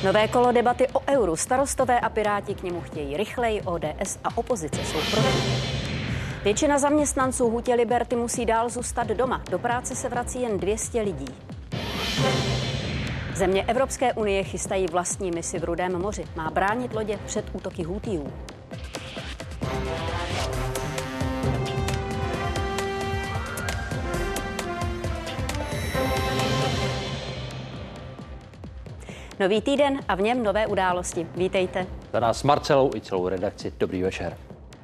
Nové kolo debaty o euru. Starostové a Piráti k němu chtějí rychleji, ODS a opozice jsou proti. Většina zaměstnanců hutě Liberty musí dál zůstat doma. Do práce se vrací jen 200 lidí. Země Evropské unie chystají vlastní misi v Rudém moři. Má bránit lodě před útoky Hútiů. Nový týden a v něm nové události. Vítejte. Za nás s Marcelou i celou redakci. Dobrý večer.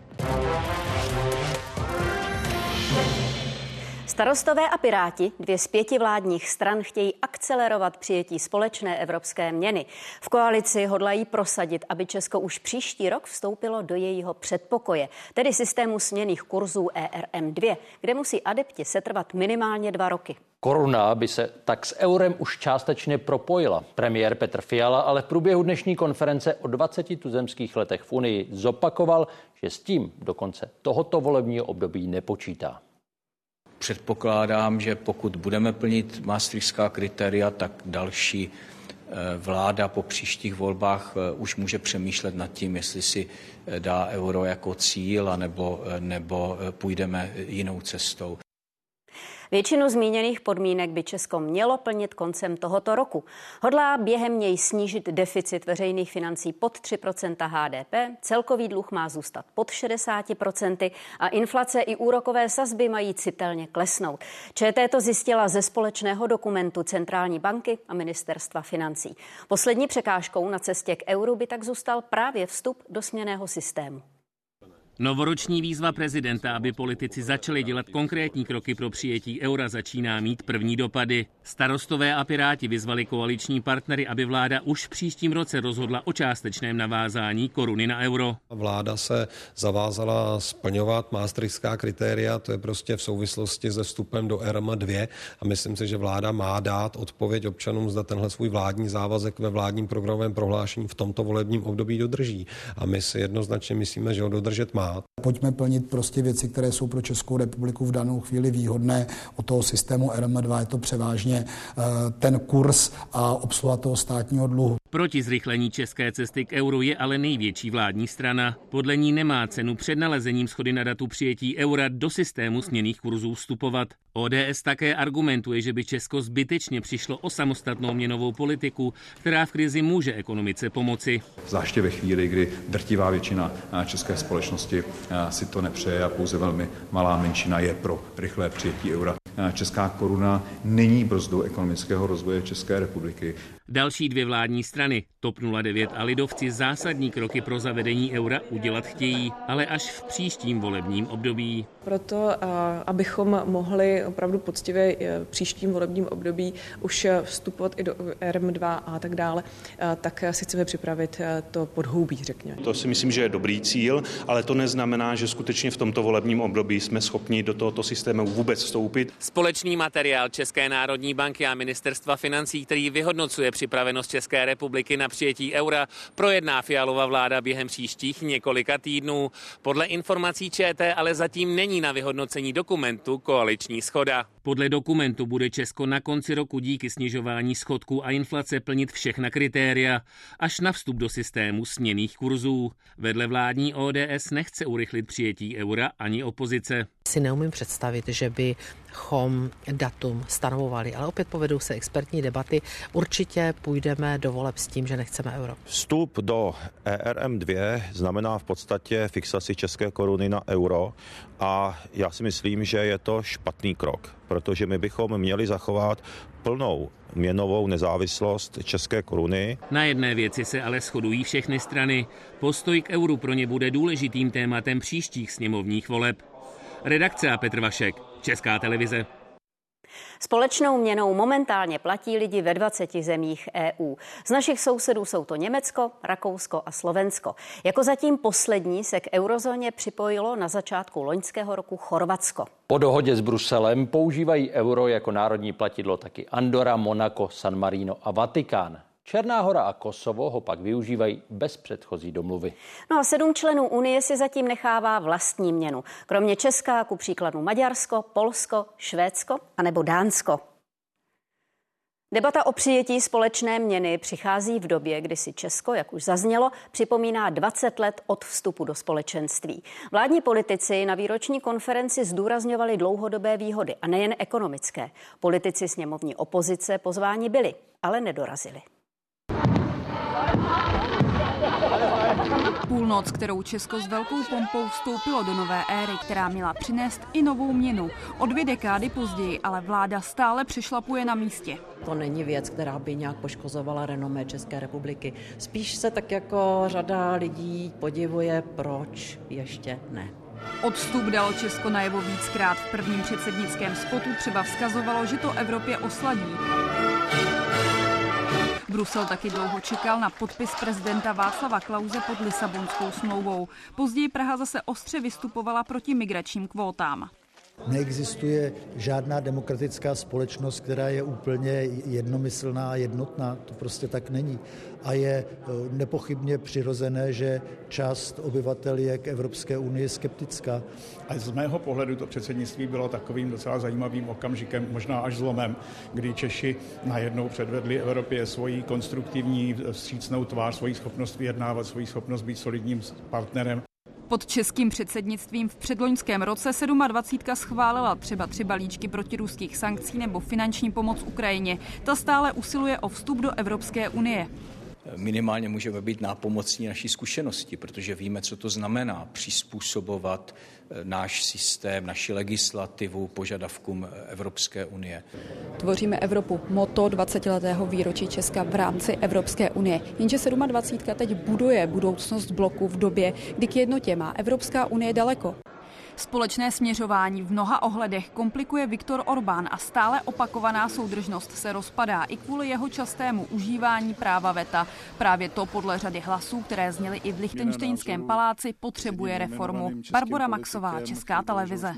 Starostové a Piráti, 2 z 5 vládních stran, chtějí akcelerovat přijetí společné evropské měny. V koalici hodlají prosadit, aby Česko už příští rok vstoupilo do jejího předpokoje, tedy systému směnných kurzů ERM2, kde musí adepti setrvat minimálně 2 roky. Koruna by se tak s eurem už částečně propojila. Premiér Petr Fiala ale v průběhu dnešní konference o 20 tuzemských letech v Unii zopakoval, že s tím do konce tohoto volebního období nepočítá. Předpokládám, že pokud budeme plnit maastrichtská kritéria, tak další vláda po příštích volbách už může přemýšlet nad tím, jestli si dá euro jako cíl, nebo půjdeme jinou cestou. Většinu zmíněných podmínek by Česko mělo plnit koncem tohoto roku. Hodlá během něj snížit deficit veřejných financí pod 3% HDP, celkový dluh má zůstat pod 60% a inflace i úrokové sazby mají citelně klesnout. ČT to zjistila ze společného dokumentu Centrální banky a Ministerstva financí. Poslední překážkou na cestě k euru by tak zůstal právě vstup do směnného systému. Novoroční výzva prezidenta, aby politici začali dělat konkrétní kroky pro přijetí eura, začíná mít první dopady. Starostové a Piráti vyzvali koaliční partnery, aby vláda už v příštím roce rozhodla o částečném navázání koruny na euro. Vláda se zavázala splňovat maastrichtská kritéria, to je prostě v souvislosti se vstupem do ERM2 a myslím si, že vláda má dát odpověď občanům, zda tenhle svůj vládní závazek ve vládním programovém prohlášení v tomto volebním období dodrží. A my si jednoznačně myslíme, že ho dodržet má. Pojďme plnit prostě věci, které jsou pro Českou republiku v danou chvíli výhodné. Od toho systému ERM2 je to převážně ten kurz a obsluha toho státního dluhu. Proti zrychlení české cesty k euru je ale největší vládní strana. Podle ní nemá cenu před nalezením shody na datu přijetí eura do systému směnných kurzů vstupovat. ODS také argumentuje, že by Česko zbytečně přišlo o samostatnou měnovou politiku, která v krizi může ekonomice pomoci. Zvláště ve chvíli, kdy drtivá většina české společnosti si to nepřeje a pouze velmi malá menšina je pro rychlé přijetí eura. Česká koruna není brzdou ekonomického rozvoje České republiky. Další 2 vládní strany, TOP 09 a lidovci, zásadní kroky pro zavedení eura udělat chtějí, ale až v příštím volebním období. Proto, abychom mohli opravdu poctivě v příštím volebním období už vstupovat i do ERM2 a tak dále, tak si chceme připravit to podhoubí, řekněme. To si myslím, že je dobrý cíl, ale to neznamená, že skutečně v tomto volebním období jsme schopni do tohoto systému vůbec vstoupit. Společný materiál České národní banky a Ministerstva financí, který vyhodnocuje připravenost České republiky na přijetí eura, projedná Fialova vláda během příštích několika týdnů. Podle informací ČT ale zatím není na vyhodnocení dokumentu koaliční shoda. Podle dokumentu bude Česko na konci roku díky snižování schodku a inflace plnit všechna kritéria, až na vstup do systému směnných kurzů. Vedle vládní ODS nechce urychlit přijetí eura ani opozice. Si neumím představit, že bychom datum stanovovali, ale opět povedou se expertní debaty. Určitě půjdeme do voleb s tím, že nechceme euro. Vstup do ERM2 znamená v podstatě fixaci české koruny na euro a já si myslím, že je to špatný krok, protože my bychom měli zachovat plnou měnovou nezávislost české koruny. Na jedné věci se ale shodují všechny strany. Postoj k euru pro ně bude důležitým tématem příštích sněmovních voleb. Redakce a Petr Vašek, Česká televize. Společnou měnou momentálně platí lidi ve 20 zemích EU. Z našich sousedů jsou to Německo, Rakousko a Slovensko. Jako zatím poslední se k eurozóně připojilo na začátku loňského roku Chorvatsko. Po dohodě s Bruselem používají euro jako národní platidlo taky Andorra, Monako, San Marino a Vatikán. Černá Hora a Kosovo ho pak využívají bez předchozí domluvy. No a 7 členů Unie si zatím nechává vlastní měnu. Kromě Česka, ku příkladu Maďarsko, Polsko, Švédsko a nebo Dánsko. Debata o přijetí společné měny přichází v době, kdy si Česko, jak už zaznělo, připomíná 20 let od vstupu do společenství. Vládní politici na výroční konferenci zdůrazňovali dlouhodobé výhody a nejen ekonomické. Politici sněmovní opozice pozváni byli, ale nedorazili. Půlnoc, kterou Česko s velkou pompou vstoupilo do nové éry, která měla přinést i novou měnu. O 2 dekády později ale vláda stále přešlapuje na místě. To není věc, která by nějak poškozovala renomé České republiky. Spíš se tak jako řada lidí podivuje, proč ještě ne. Odstup dal Česko najevo víckrát. V prvním předsednickém spotu třeba vzkazovalo, že to Evropě osladí. Brusel taky dlouho čekal na podpis prezidenta Václava Klause pod Lisabonskou smlouvou. Později Praha zase ostře vystupovala proti migračním kvótám. Neexistuje žádná demokratická společnost, která je úplně jednomyslná a jednotná. To prostě tak není. A je nepochybně přirozené, že část obyvatel je k Evropské unii skeptická. A z mého pohledu to předsednictví bylo takovým docela zajímavým okamžikem, možná až zlomem, kdy Češi najednou předvedli Evropě svoji konstruktivní vstřícnou tvář, svoji schopnost vyjednávat, svoji schopnost být solidním partnerem. Pod českým předsednictvím v předloňském roce 27. schválila třeba 3 balíčky protiruských sankcí nebo finanční pomoc Ukrajině. Ta stále usiluje o vstup do Evropské unie. Minimálně můžeme být nápomocní naší zkušenosti, protože víme, co to znamená přizpůsobovat náš systém, naši legislativu požadavkům Evropské unie. Tvoříme Evropu, motto 20letého výročí Česka v rámci Evropské unie. Jenže 27. teď buduje budoucnost bloku v době, kdy k jednotě má Evropská unie daleko. Společné směřování v mnoha ohledech komplikuje Viktor Orbán a stále opakovaná soudržnost se rozpadá i kvůli jeho častému užívání práva veta. Právě to podle řady hlasů, které zněly i v Lichtenštejnském paláci, potřebuje reformu. Barbora Maxová, Česká televize.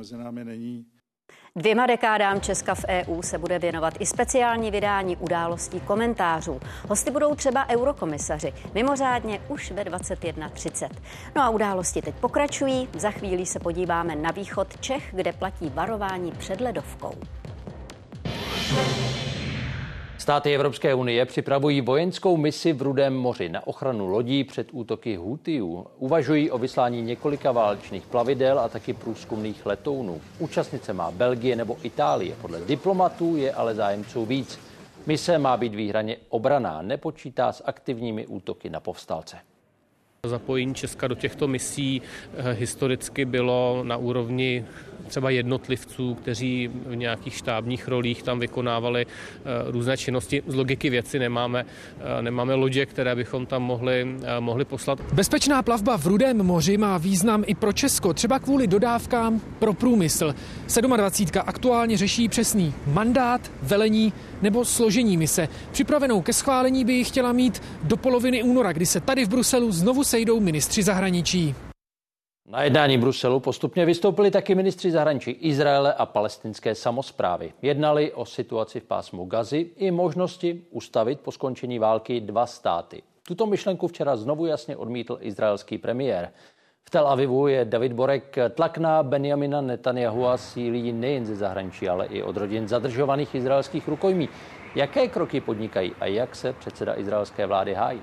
2 dekádám Česka v EU se bude věnovat i speciální vydání Událostí komentářů. Hosty budou třeba eurokomisaři, mimořádně už ve 21:30. No a události teď pokračují. Za chvíli se podíváme na východ Čech, kde platí varování před ledovkou. Státy Evropské unie připravují vojenskou misi v Rudém moři na ochranu lodí před útoky Houthijů. Uvažují o vyslání několika válečných plavidel a taky průzkumných letounů. Účastnice má Belgie nebo Itálie. Podle diplomatů je ale zájemců víc. Mise má být výhradně obranná, nepočítá s aktivními útoky na povstalce. Zapojení Česka do těchto misí historicky bylo na úrovni třeba jednotlivců, kteří v nějakých štábních rolích tam vykonávali různé činnosti. Z logiky věci nemáme lodě, které bychom tam mohli poslat. Bezpečná plavba v Rudém moři má význam i pro Česko, třeba kvůli dodávkám pro průmysl. 27. aktuálně řeší přesný mandát, velení nebo složení mise. Připravenou ke schválení by ji chtěla mít do poloviny února, kdy se tady v Bruselu znovu sejdou ministři zahraničí. Na jednání Bruselu postupně vystoupili taky ministři zahraničí Izraele a palestinské samosprávy. Jednali o situaci v pásmu Gazy i možnosti ustavit po skončení války 2 státy. Tuto myšlenku včera znovu jasně odmítl izraelský premiér. V Tel Avivu je David Borek. Tlak na Benjamina Netanyahua sílí nejen ze zahraničí, ale i od rodin zadržovaných izraelských rukojmí. Jaké kroky podnikají a jak se předseda izraelské vlády hájí?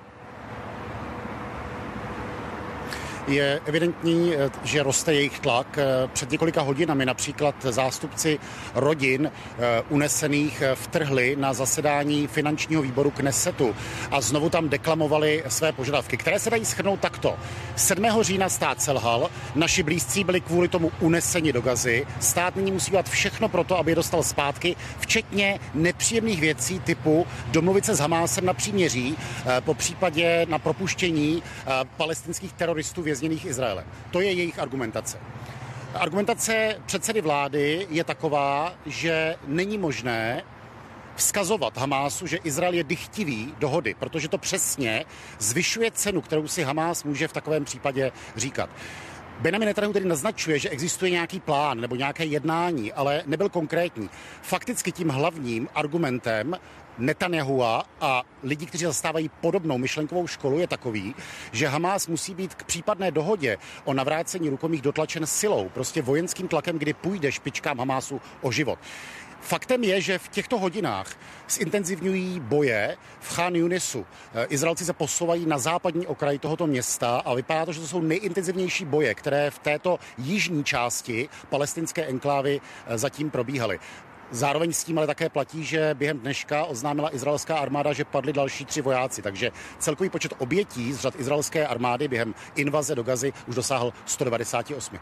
Je evidentní, že roste jejich tlak. Před několika hodinami například zástupci rodin unesených vtrhli na zasedání finančního výboru Knesetu a znovu tam deklamovali své požadavky, které se dají shrnout takto. 7. října stát selhal, naši blízcí byli kvůli tomu uneseni do Gazy. Stát nyní musí dělat všechno pro to, aby je dostal zpátky, včetně nepříjemných věcí typu domluvit se s Hamásem na příměří, po případě na propuštění palestinských teroristů vězněných Izraelem. To je jejich argumentace. Argumentace předsedy vlády je taková, že není možné vzkazovat Hamásu, že Izrael je dychtivý dohody, protože to přesně zvyšuje cenu, kterou si Hamás může v takovém případě říkat. Benjamin Netanyahu tedy naznačuje, že existuje nějaký plán nebo nějaké jednání, ale nebyl konkrétní. Fakticky tím hlavním argumentem Netanyahua a lidí, kteří zastávají podobnou myšlenkovou školu, je takový, že Hamás musí být k případné dohodě o navrácení rukojmích dotlačen silou, prostě vojenským tlakem, kdy půjde špičkám Hamásu o život. Faktem je, že v těchto hodinách zintenzivňují boje v Chan Yunisu. Izraelci se posouvají na západní okraj tohoto města a vypadá to, že to jsou nejintenzivnější boje, které v této jižní části palestinské enklávy zatím probíhaly. Zároveň s tím ale také platí, že během dneška oznámila izraelská armáda, že padli další 3 vojáci, takže celkový počet obětí z řad izraelské armády během invaze do Gazy už dosáhl 198.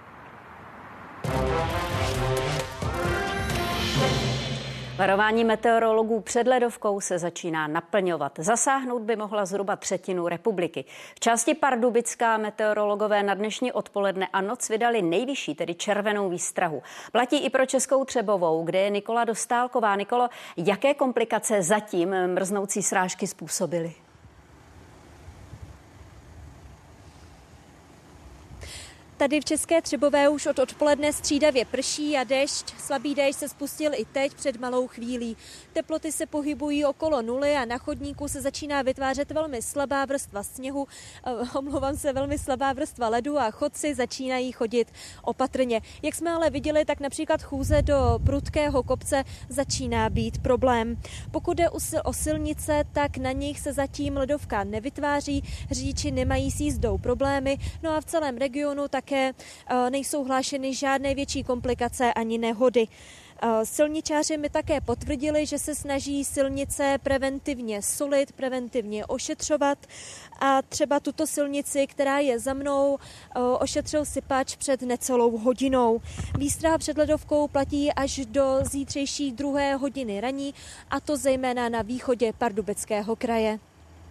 Varování meteorologů před ledovkou se začíná naplňovat. Zasáhnout by mohla zhruba 1/3 republiky. V části Pardubická meteorologové na dnešní odpoledne a noc vydali nejvyšší, tedy červenou výstrahu. Platí i pro Českou Třebovou, kde je Nikola Dostálková. Nikolo, jaké komplikace zatím mrznoucí srážky způsobily? Tady v České Třebové už od odpoledne střídavě prší a slabý déšť se spustil i teď před malou chvílí. Teploty se pohybují okolo 0 a na chodníku se začíná vytvářet velmi slabá vrstva sněhu, velmi slabá vrstva ledu a chodci začínají chodit opatrně. Jak jsme ale viděli, tak například chůze do prudkého kopce začíná být problém. Pokud jde o silnice, tak na nich se zatím ledovka nevytváří, řidiči nemají s jízdou problémy, no a v celém regionu také nejsou hlášeny žádné větší komplikace ani nehody. Silničáři mi také potvrdili, že se snaží silnice preventivně solit, preventivně ošetřovat a třeba tuto silnici, která je za mnou, ošetřil sypač před necelou hodinou. Výstraha před ledovkou platí až do zítřejší 2. hodiny raní, a to zejména na východě Pardubického kraje.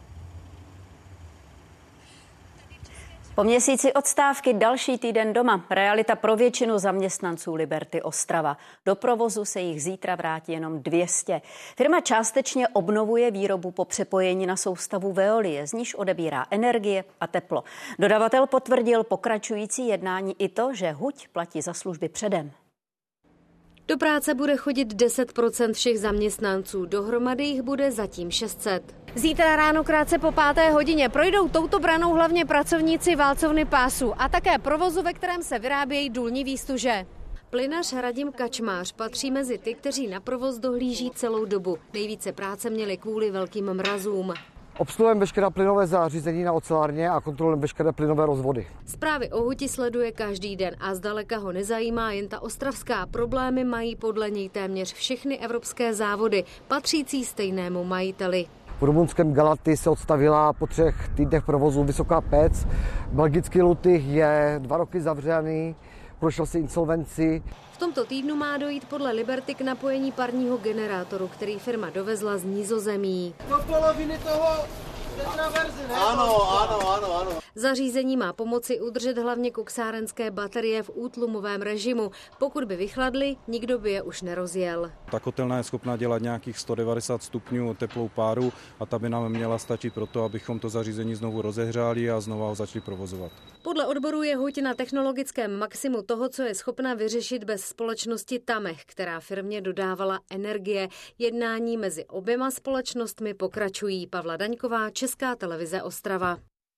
Po měsíci odstávky další týden doma. Realita pro většinu zaměstnanců Liberty Ostrava. Do provozu se jich zítra vrátí jenom 200. Firma částečně obnovuje výrobu po přepojení na soustavu Veolie, z níž odebírá energie a teplo. Dodavatel potvrdil pokračující jednání i to, že huť platí za služby předem. Do práce bude chodit 10% všech zaměstnanců, dohromady jich bude zatím 600. Zítra ráno krátce po 5. hodině projdou touto branou hlavně pracovníci válcovny pásů a také provozu, ve kterém se vyrábějí důlní výstuže. Plynař Radim Kačmář patří mezi ty, kteří na provoz dohlíží celou dobu. Nejvíce práce měli kvůli velkým mrazům. Obsluhujeme veškerá plynové zařízení na ocelárně a kontrolujeme veškeré plynové rozvody. Zprávy o huti sleduje každý den a zdaleka ho nezajímá jen ta ostravská. Problémy mají podle něj téměř všechny evropské závody, patřící stejnému majiteli. V rumunském Galaty se odstavila po 3 týdnech provozu vysoká pec. Belgický Lutych je 2 roky zavřený, prošel si insolvenci. V tomto týdnu má dojít podle Liberty k napojení parního generátoru, který firma dovezla z Nizozemí. Do poloviny toho tetraverze, ne? Ano. Zařízení má pomoci udržet hlavně koksárenské baterie v útlumovém režimu. Pokud by vychladly, nikdo by je už nerozjel. Ta kotelna je schopná dělat nějakých 190 stupňů teplou páru a ta by nám měla stačit pro to, abychom to zařízení znovu rozehřáli a znovu ho začali provozovat. Podle odboru je huť na technologickém maximu toho, co je schopna vyřešit bez společnosti Tamech, která firmě dodávala energie. Jednání mezi oběma společnostmi pokračují. Pavla Daňková, Česká televize Ostrava.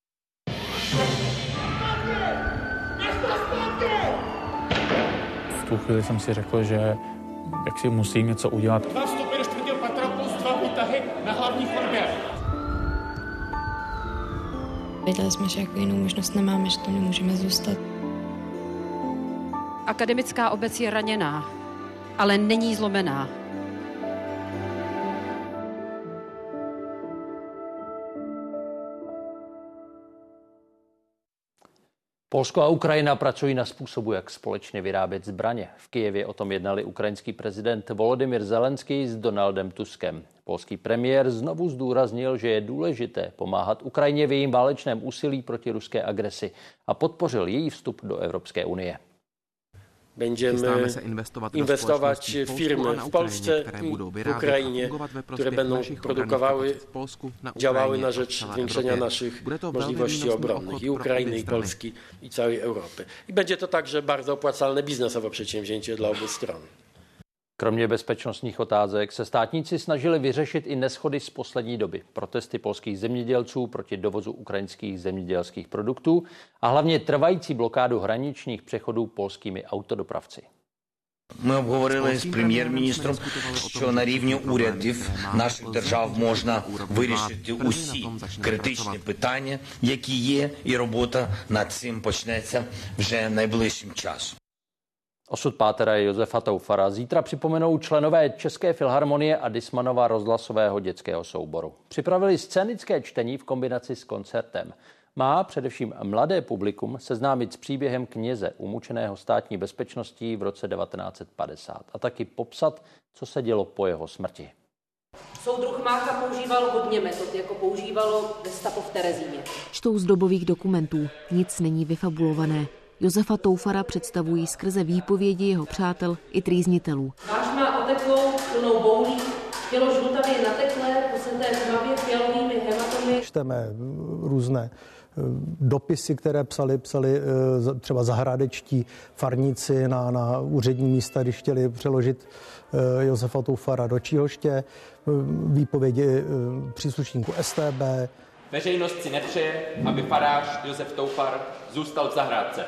V tu chvíli jsem si řekl, že jak si musím něco udělat. 2 vstupy do 4. patra plus 2 útahy na hlavní chodbě. Věděli jsme, že jako jinou možnost nemáme, že tam nemůžeme zůstat. Akademická obec je raněná, ale není zlomená. Polsko a Ukrajina pracují na způsobu, jak společně vyrábět zbraně. V Kyjevě o tom jednali ukrajinský prezident Volodymyr Zelenský s Donaldem Tuskem. Polský premiér znovu zdůraznil, že je důležité pomáhat Ukrajině v jejím válečném úsilí proti ruské agresi a podpořil její vstup do Evropské unie. Będziemy inwestować w firmy w Polsce i w Ukrainie, które będą produkowały, działały na rzecz zwiększenia naszych możliwości obronnych i Ukrainy, i Polski, i całej Europy. I będzie to także bardzo opłacalne biznesowo przedsięwzięcie dla obu stron. Kromě bezpečnostních otázek se státníci snažili vyřešit i neshody z poslední doby. Protesty polských zemědělců proti dovozu ukrajinských zemědělských produktů a hlavně trvající blokádu hraničních přechodů polskými autodopravci. Ми обговорили з прем'єр-міністром, що на рівні урядів наших держав можна вирішити усі критичні питання, які є, і робота над цим почнеться вже найближчим часом. Osud pátera Josefa Toufara zítra připomenou členové České filharmonie a Dismanova rozhlasového dětského souboru. Připravili scénické čtení v kombinaci s koncertem. Má především mladé publikum seznámit s příběhem kněze umučeného státní bezpečností v roce 1950 a taky popsat, co se dělo po jeho smrti. Soudruh Mácha používal hodně metod, jako používalo gestapo v Terezíně. Čtou z dobových dokumentů, nic není vyfabulované. Josefa Toufara představují skrze výpovědi jeho přátel i trýznitelů. Váš má oteklou, plnou boulí, tělo žlutavě nateklé, poseté tmavě fialovými hematomy. Čteme různé dopisy, které psali třeba zahrádečtí farníci na úřední místa, když chtěli přeložit Josefa Toufara do Číhoště, výpovědi příslušníků StB. Veřejnost si nepřeje, aby farář Josef Toufar zůstal v zahrádce.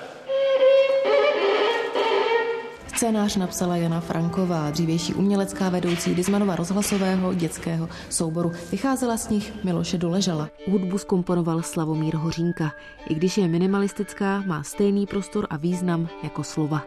Scénář napsala Jana Franková, dřívější umělecká vedoucí Dismanova rozhlasového dětského souboru. Vycházela z nich Miloše Doležala. Hudbu zkomponoval Slavomír Hořínka. I když je minimalistická, má stejný prostor a význam jako slova.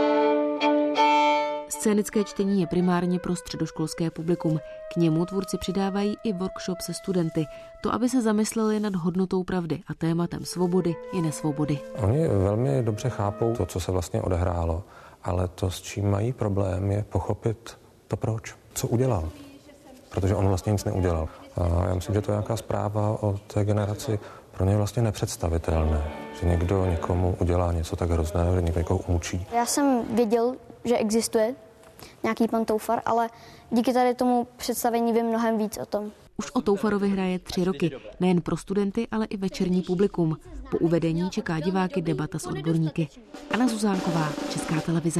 Scénické čtení je primárně pro středoškolské publikum. K němu tvůrci přidávají i workshop se studenty. To, aby se zamysleli nad hodnotou pravdy a tématem svobody i nesvobody. Oni velmi dobře chápou to, co se vlastně odehrálo, ale to, s čím mají problém, je pochopit to proč. Co udělal. Protože on vlastně nic neudělal. A já myslím, že to je nějaká zpráva o té generaci pro ně vlastně nepředstavitelné. Že někdo někomu udělá něco tak hrozného, že někdo někoho umučí. Já jsem věděl, že existuje nějaký pan Toufar, ale díky tady tomu představení vím mnohem víc o tom. Už o Toufarovi hraje 3 roky. Nejen pro studenty, ale i večerní publikum. Po uvedení čeká diváky debata s odborníky. Anna Zuzánková, Česká televize.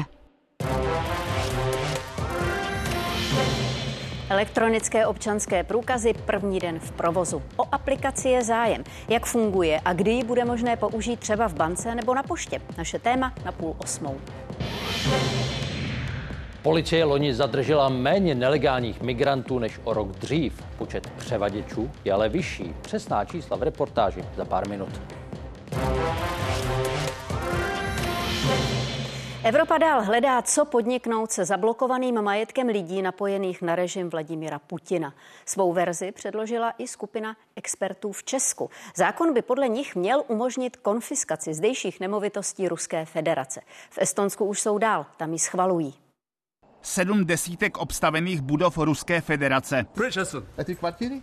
Elektronické občanské průkazy první den v provozu. O aplikaci je zájem. Jak funguje a kdy ji bude možné použít třeba v bance nebo na poště? Naše téma na 7:30. Policie loni zadržela méně nelegálních migrantů než o rok dřív. Počet převaděčů je ale vyšší. Přesná čísla v reportáži za pár minut. Evropa dál hledá, co podniknout se zablokovaným majetkem lidí napojených na režim Vladimira Putina. Svou verzi předložila i skupina expertů v Česku. Zákon by podle nich měl umožnit konfiskaci zdejších nemovitostí Ruské federace. V Estonsku už jsou dál, tam ji schvalují. 7 desítek obstavených budov Ruské federace. A ty kvartíry?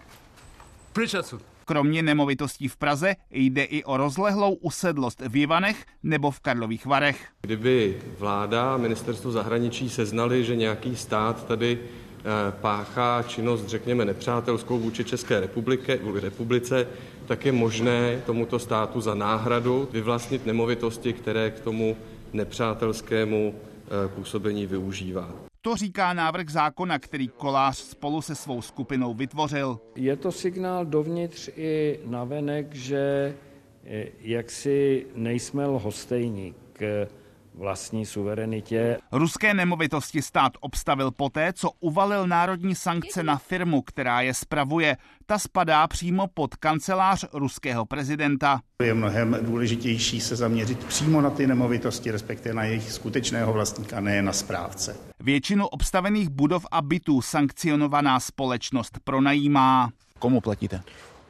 Kromě nemovitostí v Praze jde i o rozlehlou usedlost v Ivanech nebo v Karlových Varech. Kdyby vláda a ministerstvo zahraničí seznali, že nějaký stát tady páchá činnost, řekněme, nepřátelskou vůči České republice, tak je možné tomuto státu za náhradu vyvlastnit nemovitosti, které k tomu nepřátelskému působení využívá. To říká návrh zákona, který Kolář spolu se svou skupinou vytvořil. Je to signál dovnitř i navenek, že jaksi nejsme lhostejní k vlastní suverenitě. Ruské nemovitosti stát obstavil poté, co uvalil národní sankce na firmu, která je spravuje. Ta spadá přímo pod kancelář ruského prezidenta. Je mnohem důležitější se zaměřit přímo na ty nemovitosti, respektive na jejich skutečného vlastníka, ne na správce. Většinu obstavených budov a bytů sankcionovaná společnost pronajímá. Komu platíte?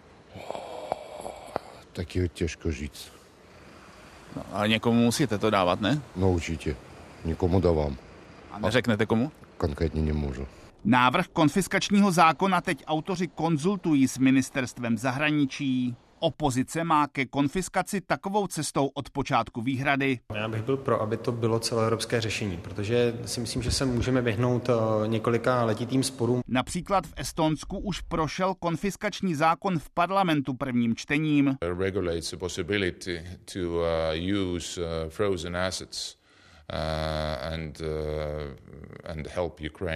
Tak je těžko říct. No, ale někomu musíte to dávat, ne? No určitě. Někomu dávám. A neřeknete komu? Konkrétně nemůžu. Návrh konfiskačního zákona teď autoři konzultují s ministerstvem zahraničí. Opozice má ke konfiskaci takovou cestou od počátku výhrady. Já bych byl pro, aby to bylo celoevropské řešení, protože si myslím, že se můžeme vyhnout několika letitým sporům. Například v Estonsku už prošel konfiskační zákon v parlamentu prvním čtením. Regulates the possibility to use frozen assets and help Ukraine.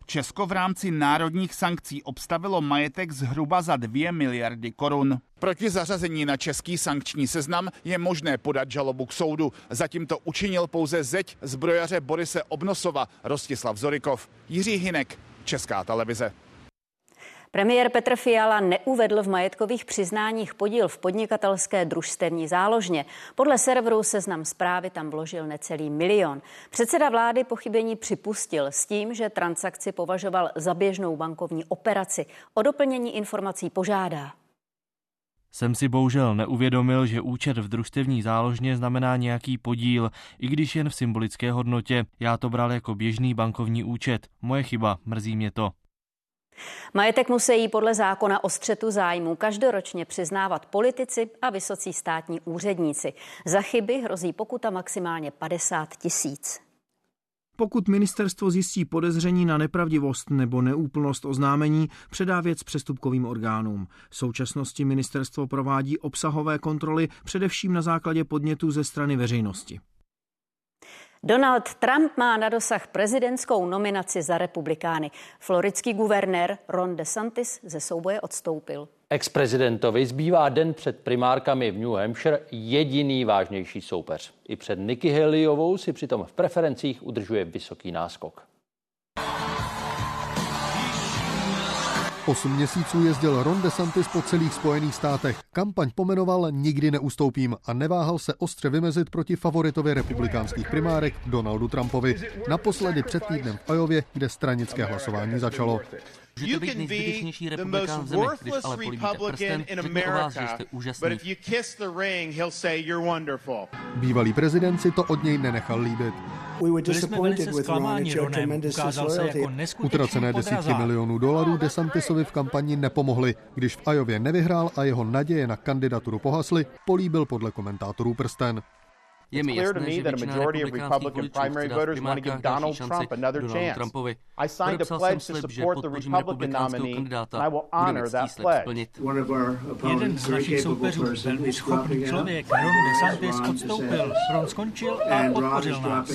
Česko v rámci národních sankcí obstavilo majetek zhruba za 2 miliardy korun. Proti zařazení na český sankční seznam je možné podat žalobu k soudu. Zatím to učinil pouze zeť zbrojaře Borise Obnosova, Rostislav Zorikov. Jiří Hynek, Česká televize. Premiér Petr Fiala neuvedl v majetkových přiznáních podíl v podnikatelské družstevní záložně. Podle serveru Seznam Zprávy tam vložil necelý 1 milion. Předseda vlády pochybení připustil s tím, že transakci považoval za běžnou bankovní operaci. O doplnění informací požádá. Jsem si bohužel neuvědomil, že účet v družstevní záložně znamená nějaký podíl, i když jen v symbolické hodnotě. Já to bral jako běžný bankovní účet. Moje chyba, mrzí mě to. Majetek musí podle zákona o střetu zájmů každoročně přiznávat politici a vysocí státní úředníci. Za chyby hrozí pokuta maximálně 50 000. Pokud ministerstvo zjistí podezření na nepravdivost nebo neúplnost oznámení, předá věc přestupkovým orgánům. V současnosti ministerstvo provádí obsahové kontroly především na základě podnětů ze strany veřejnosti. Donald Trump má na dosah prezidentskou nominaci za republikány. Floridský guvernér Ron DeSantis ze souboje odstoupil. Ex-prezidentovi zbývá den před primárkami v New Hampshire jediný vážnější soupeř. I před Nikki Haleyovou si přitom v preferencích udržuje vysoký náskok. 8 měsíců jezdil Ron DeSantis po celých Spojených státech. Kampaň pomenoval Nikdy neustoupím a neváhal se ostře vymezit proti favoritovi republikánských primárek Donaldu Trumpovi. Naposledy před týdnem v Iowě, kde stranické hlasování začalo. Můžete být nejzbytečnější republikán v zemi, když ale políbíte prsten, řekne o vás, že jste úžasný. Bývalý prezident si to od něj nenechal líbit. Byli jsme velice zklamáni Ronem, ukázal se jako neskutečný Utracené desítky milionů dolarů DeSantisovi v kampani nepomohly. Když v Iově nevyhrál a jeho naděje na kandidaturu pohasly, políbil podle komentátorů prsten. Je mi jasné, že většina republikánských voličů chce dát v primárkách další šanci Donaldu Trumpovi. Podepsal jsem slib, že podpořím republikánského kandidáta. Budeme ctí slib splnit. Jeden z našich soupeřů, velmi schopný člověk, Ron DeSantis, odstoupil. Ron skončil a podpořil nás.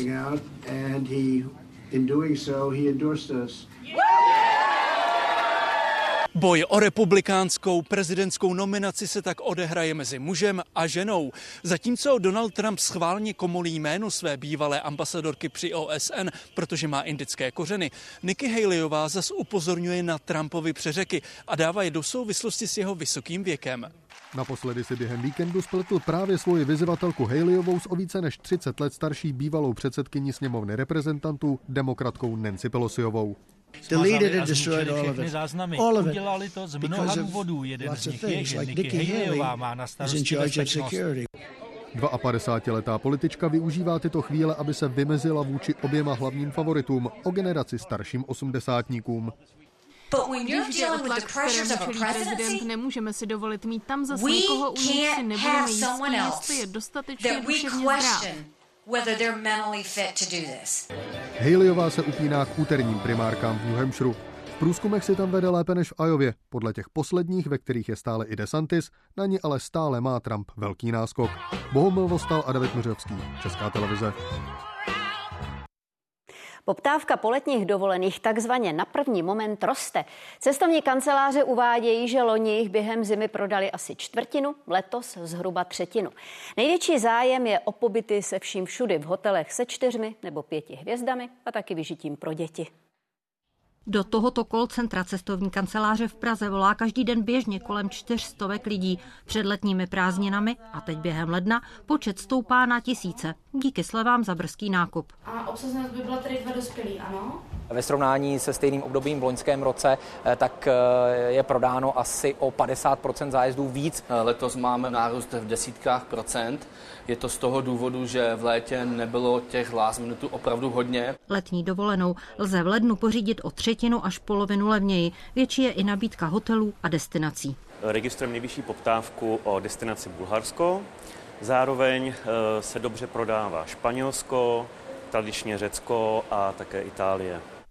Boj o republikánskou prezidentskou nominaci se tak odehraje mezi mužem a ženou. Zatímco Donald Trump schválně komolí jméno své bývalé ambasadorky při OSN, protože má indické kořeny, Nikki Haleyová zas upozorňuje na Trumpovy přeřeky a dává je do souvislosti s jeho vysokým věkem. Naposledy si během víkendu spletl právě svoji vyzývatelku Haleyovou s o více než 30 let starší bývalou předsedkyní sněmovny reprezentantů, demokratkou Nancy Pelosiovou. Deleted and destroyed all of it. Udělali to z mnoha důvodů. Jeden z nich je, že Nikki Haleyová má na starosti bezpečnost. 52letá politička využívá tyto chvíle, aby se vymezila vůči oběma hlavním favoritům, o generaci starším osmdesátníkům. Když jde o tlak, kterému čelí prezident, nemůžeme si dovolit mít tam zase někoho, u nich si nebudeme jistí, jestli je dostatečně duševně zdrav. Haleyová se upíná k úterním primárkám v New Hampshire. V průzkumech si tam vede lépe než v Iově. Podle těch posledních, ve kterých je stále i DeSantis, na ní ale stále má Trump velký náskok. Bohumil Vostal a David Miřovský, Česká televize. Poptávka po letních dovolených takzvaně na první moment roste. Cestovní kanceláře uvádějí, že loni jich během zimy prodali asi čtvrtinu, letos zhruba třetinu. Největší zájem je o pobyty se vším všudy v hotelech se 4 nebo 5 hvězdami a taky vyžitím pro děti. Do tohoto call centra cestovní kanceláře v Praze volá každý den běžně kolem 400 lidí. Před letními prázdninami a teď během ledna počet stoupá na tisíce. Díky slevám za brzký nákup. A obsazenost by byla tedy 2 dospělí, ano? Ve srovnání se stejným obdobím v loňském roce, tak je prodáno asi o 50% zájezdů víc. Letos máme nárůst v desítkách procent. Je to z toho důvodu, že v létě nebylo těch last minutů opravdu hodně. Letní dovolenou lze v lednu pořídit o 1/3 až polovinu levněji. Větší je i nabídka hotelů a destinací. Registrujeme nejvyšší poptávku o destinaci Bulharsko. Zároveň se dobře prodává Španělsko, tradičně Řecko a také Itálie.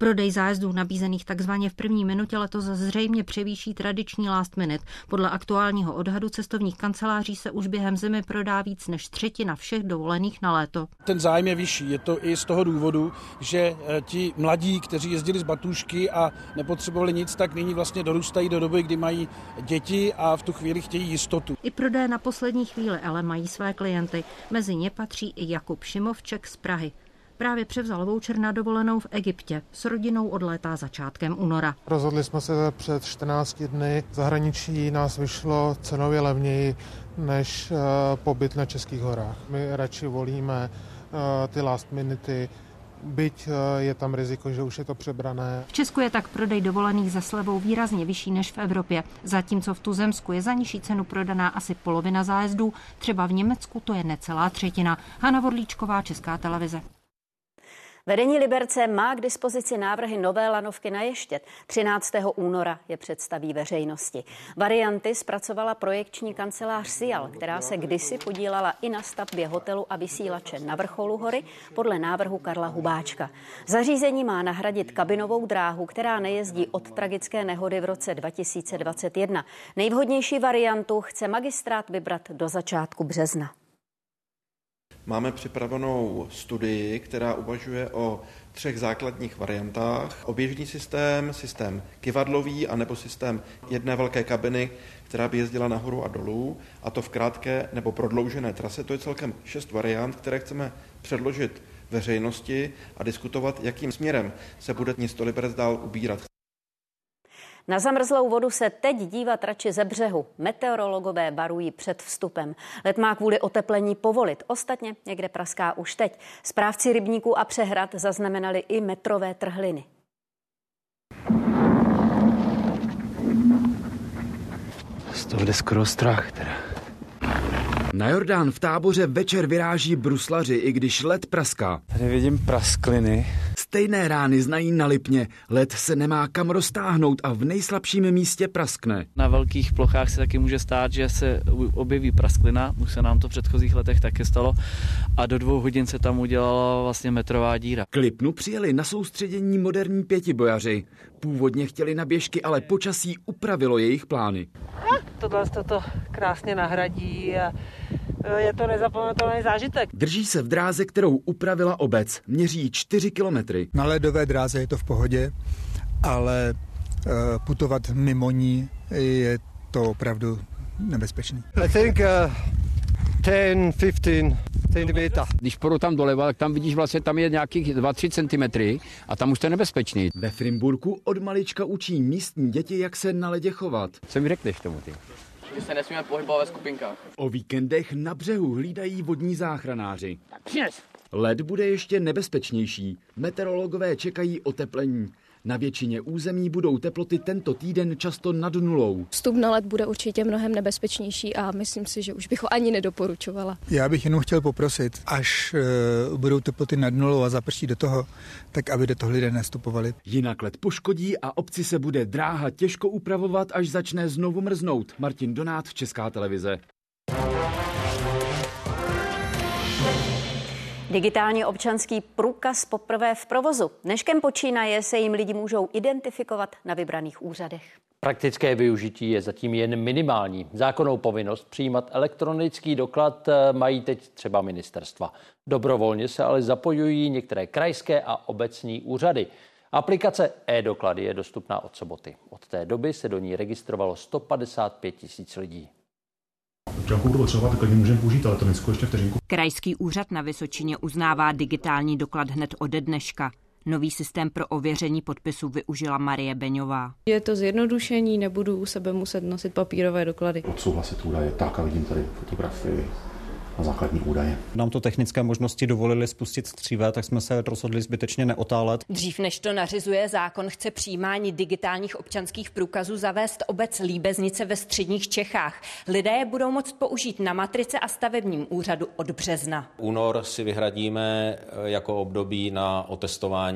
Prodej zájezdů nabízených takzvaně v první minutě letos zřejmě převýší tradiční last minute. Podle aktuálního odhadu cestovních kanceláří se už během zimy prodá víc než třetina všech dovolených na léto. Ten zájem je vyšší. Je to i z toho důvodu, že ti mladí, kteří jezdili z batůžky a nepotřebovali nic, tak nyní vlastně dorůstají do doby, kdy mají děti a v tu chvíli chtějí jistotu. I prodeje na poslední chvíli ale mají své klienty. Mezi ně patří i Jakub Šimovček z Prahy. Právě převzal voucher na dovolenou v Egyptě. S rodinou odlétá začátkem února. Rozhodli jsme se před 14 dny. V zahraničí nás vyšlo cenově levněji než pobyt na Českých horách. My radši volíme ty last minuty, byť je tam riziko, že už je to přebrané. V Česku je tak prodej dovolených za slevou výrazně vyšší než v Evropě, zatímco v tuzemsku je za nižší cenu prodaná asi polovina zájezdů, třeba v Německu to je necelá třetina. Hana Vodlíčková, Česká televize. Vedení Liberce má k dispozici návrhy nové lanovky na Ještěd. 13. února je představí veřejnosti. Varianty zpracovala projekční kancelář Sial, která se kdysi podílela i na stavbě hotelu a vysílače na vrcholu hory podle návrhu Karla Hubáčka. Zařízení má nahradit kabinovou dráhu, která nejezdí od tragické nehody v roce 2021. Nejvhodnější variantu chce magistrát vybrat do začátku března. Máme připravenou studii, která uvažuje o 3 základních variantách. Oběžný systém, systém kyvadlový anebo systém jedné velké kabiny, která by jezdila nahoru a dolů, a to v krátké nebo prodloužené trase. To je celkem 6 variant, které chceme předložit veřejnosti a diskutovat, jakým směrem se bude město Liberec dál ubírat. Na zamrzlou vodu se teď dívat radši ze břehu. Meteorologové varují před vstupem. Led má kvůli oteplení povolit. Ostatně někde praská už teď. Správci rybníků a přehrad zaznamenali i metrové trhliny. Z toho jde skoro strach teda. Na Jordán v Táboře večer vyráží bruslaři, i když led praská. Tady vidím praskliny. Stejné rány znají na Lipně. Led se nemá kam roztáhnout a v nejslabším místě praskne. Na velkých plochách se taky může stát, že se objeví prasklina. Už se nám to v předchozích letech taky stalo. A do 2 hodin se tam udělala vlastně metrová díra. K Lipnu přijeli na soustředění moderní pětibojaři. Původně chtěli na běžky, ale počasí upravilo jejich plány. Tohle to krásně nahradí a je to nezapomenutelný zážitek. Drží se v dráze, kterou upravila obec. Měří 4 kilometry. Na ledové dráze je to v pohodě, ale putovat mimo ní je to opravdu nebezpečný. I think 10, 15 cm. Když půjdu tam doleva, tak tam vidíš vlastně, tam je nějakých 2-3 cm a tam už to je nebezpečný. Ve Frimburku od malička učí místní děti, jak se na ledě chovat. Co mi řekneš tomu ty? Že se nesmíme pohybovat ve skupinkách. O víkendech na břehu hlídají vodní záchranáři. Tak přines. Led bude ještě nebezpečnější. Meteorologové čekají oteplení. Na většině území budou teploty tento týden často nad nulou. Vstup na led bude určitě mnohem nebezpečnější a myslím si, že už bych ho ani nedoporučovala. Já bych jenom chtěl poprosit, až budou teploty nad nulou a zaprší do toho, tak aby do toho lidé nestupovali. Jinak led poškodí a obci se bude dráha těžko upravovat, až začne znovu mrznout. Martin Donát, Česká televize. Digitální občanský průkaz poprvé v provozu. Dneškem počínaje se jim lidi můžou identifikovat na vybraných úřadech. Praktické využití je zatím jen minimální. Zákonnou povinnost přijímat elektronický doklad mají teď třeba ministerstva. Dobrovolně se ale zapojují některé krajské a obecní úřady. Aplikace e-doklady je dostupná od soboty. Od té doby se do ní registrovalo 155 000 lidí. Občanku budu potřebovat, tak klidně můžeme použít elektronickou ještě vteřinku. Krajský úřad na Vysočině uznává digitální doklad hned ode dneška. Nový systém pro ověření podpisu využila Marie Beňová. Je to zjednodušení, nebudu u sebe muset nosit papírové doklady. Odsouhlasit údaje, tak a vidím tady fotografii a základní údaje. Nám to technické možnosti dovolili spustit dříve, tak jsme se rozhodli zbytečně neotálet. Dřív než to nařizuje zákon, chce přijímání digitálních občanských průkazů zavést obec Líbeznice ve středních Čechách. Lidé je budou moct použít na matrice a stavebním úřadu od března. Únor si vyhradíme jako období na otestování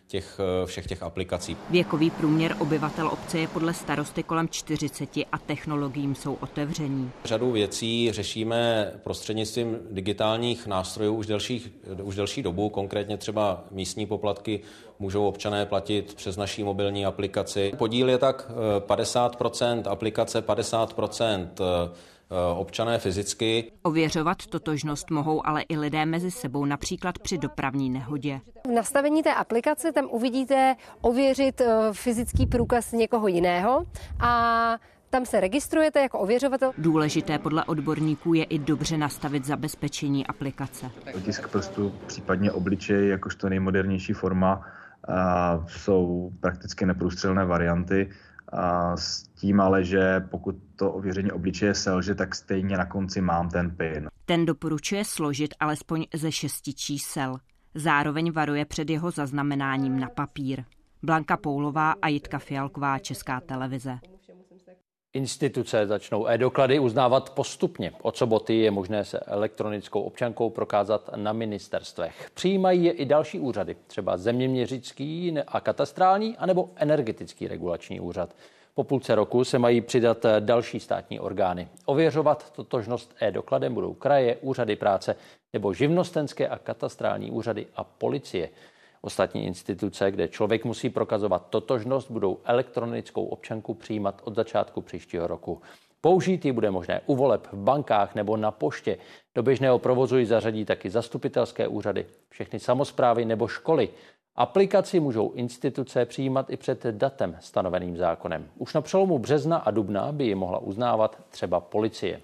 všech těch aplikací. Věkový průměr obyvatel obce je podle starosty kolem 40 a technologiím jsou otevření. Řadu věcí řešíme prostřednictvím digitálních nástrojů už delší dobu, konkrétně třeba místní poplatky můžou občané platit přes naší mobilní aplikaci. Podíl je tak 50% aplikace, 50% občané fyzicky. Ověřovat totožnost mohou ale i lidé mezi sebou, například při dopravní nehodě. V nastavení té aplikace tam uvidíte ověřit fyzický průkaz někoho jiného a tam se registrujete jako ověřovatel. Důležité podle odborníků je i dobře nastavit zabezpečení aplikace. Otisk prstu, případně obličej, jakožto nejmodernější forma, jsou prakticky neprůstřelné varianty. S tím ale, že pokud to ověření obličeje selže, tak stejně na konci mám ten PIN. Ten doporučuje složit alespoň ze 6 čísel. Zároveň varuje před jeho zaznamenáním na papír. Blanka Poulová a Jitka Fialková, Česká televize. Instituce začnou e-doklady uznávat postupně. Od soboty je možné se elektronickou občankou prokázat na ministerstvech. Přijímají je i další úřady, třeba zeměměřický a katastrální, anebo energetický regulační úřad. Po půlce roku se mají přidat další státní orgány. Ověřovat totožnost e-dokladem budou kraje, úřady práce nebo živnostenské a katastrální úřady a policie. Ostatní instituce, kde člověk musí prokazovat totožnost, budou elektronickou občanku přijímat od začátku příštího roku. Použít ji bude možné u voleb, v bankách nebo na poště. Do běžného provozu ji zařadí taky zastupitelské úřady, všechny samosprávy nebo školy. Aplikaci můžou instituce přijímat i před datem stanoveným zákonem. Už na přelomu března a dubna by ji mohla uznávat třeba policie.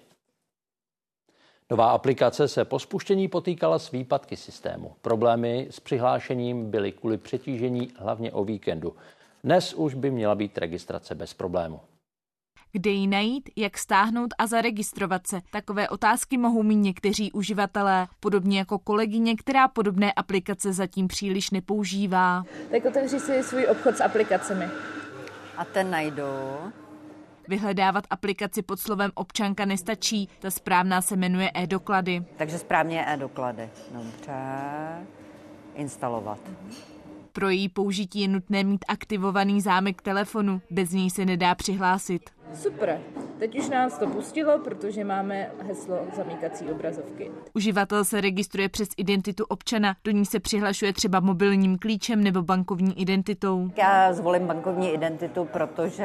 Nová aplikace se po spuštění potýkala s výpadky systému. Problémy s přihlášením byly kvůli přetížení hlavně o víkendu. Dnes už by měla být registrace bez problému. Kde ji najít, jak stáhnout a zaregistrovat se? Takové otázky mohou mít někteří uživatelé, podobně jako kolegyně, která podobné aplikace zatím příliš nepoužívá. Tak otevři si svůj obchod s aplikacemi. A ten najdu. Vyhledávat aplikaci pod slovem občanka nestačí, ta správná se jmenuje e-doklady. Takže správně e-doklady. Dobře. Instalovat. Pro její použití je nutné mít aktivovaný zámek telefonu, bez něj se nedá přihlásit. Super, teď už nás to pustilo, protože máme heslo zamykací obrazovky. Uživatel se registruje přes identitu občana, do ní se přihlašuje třeba mobilním klíčem nebo bankovní identitou. Já zvolím bankovní identitu, protože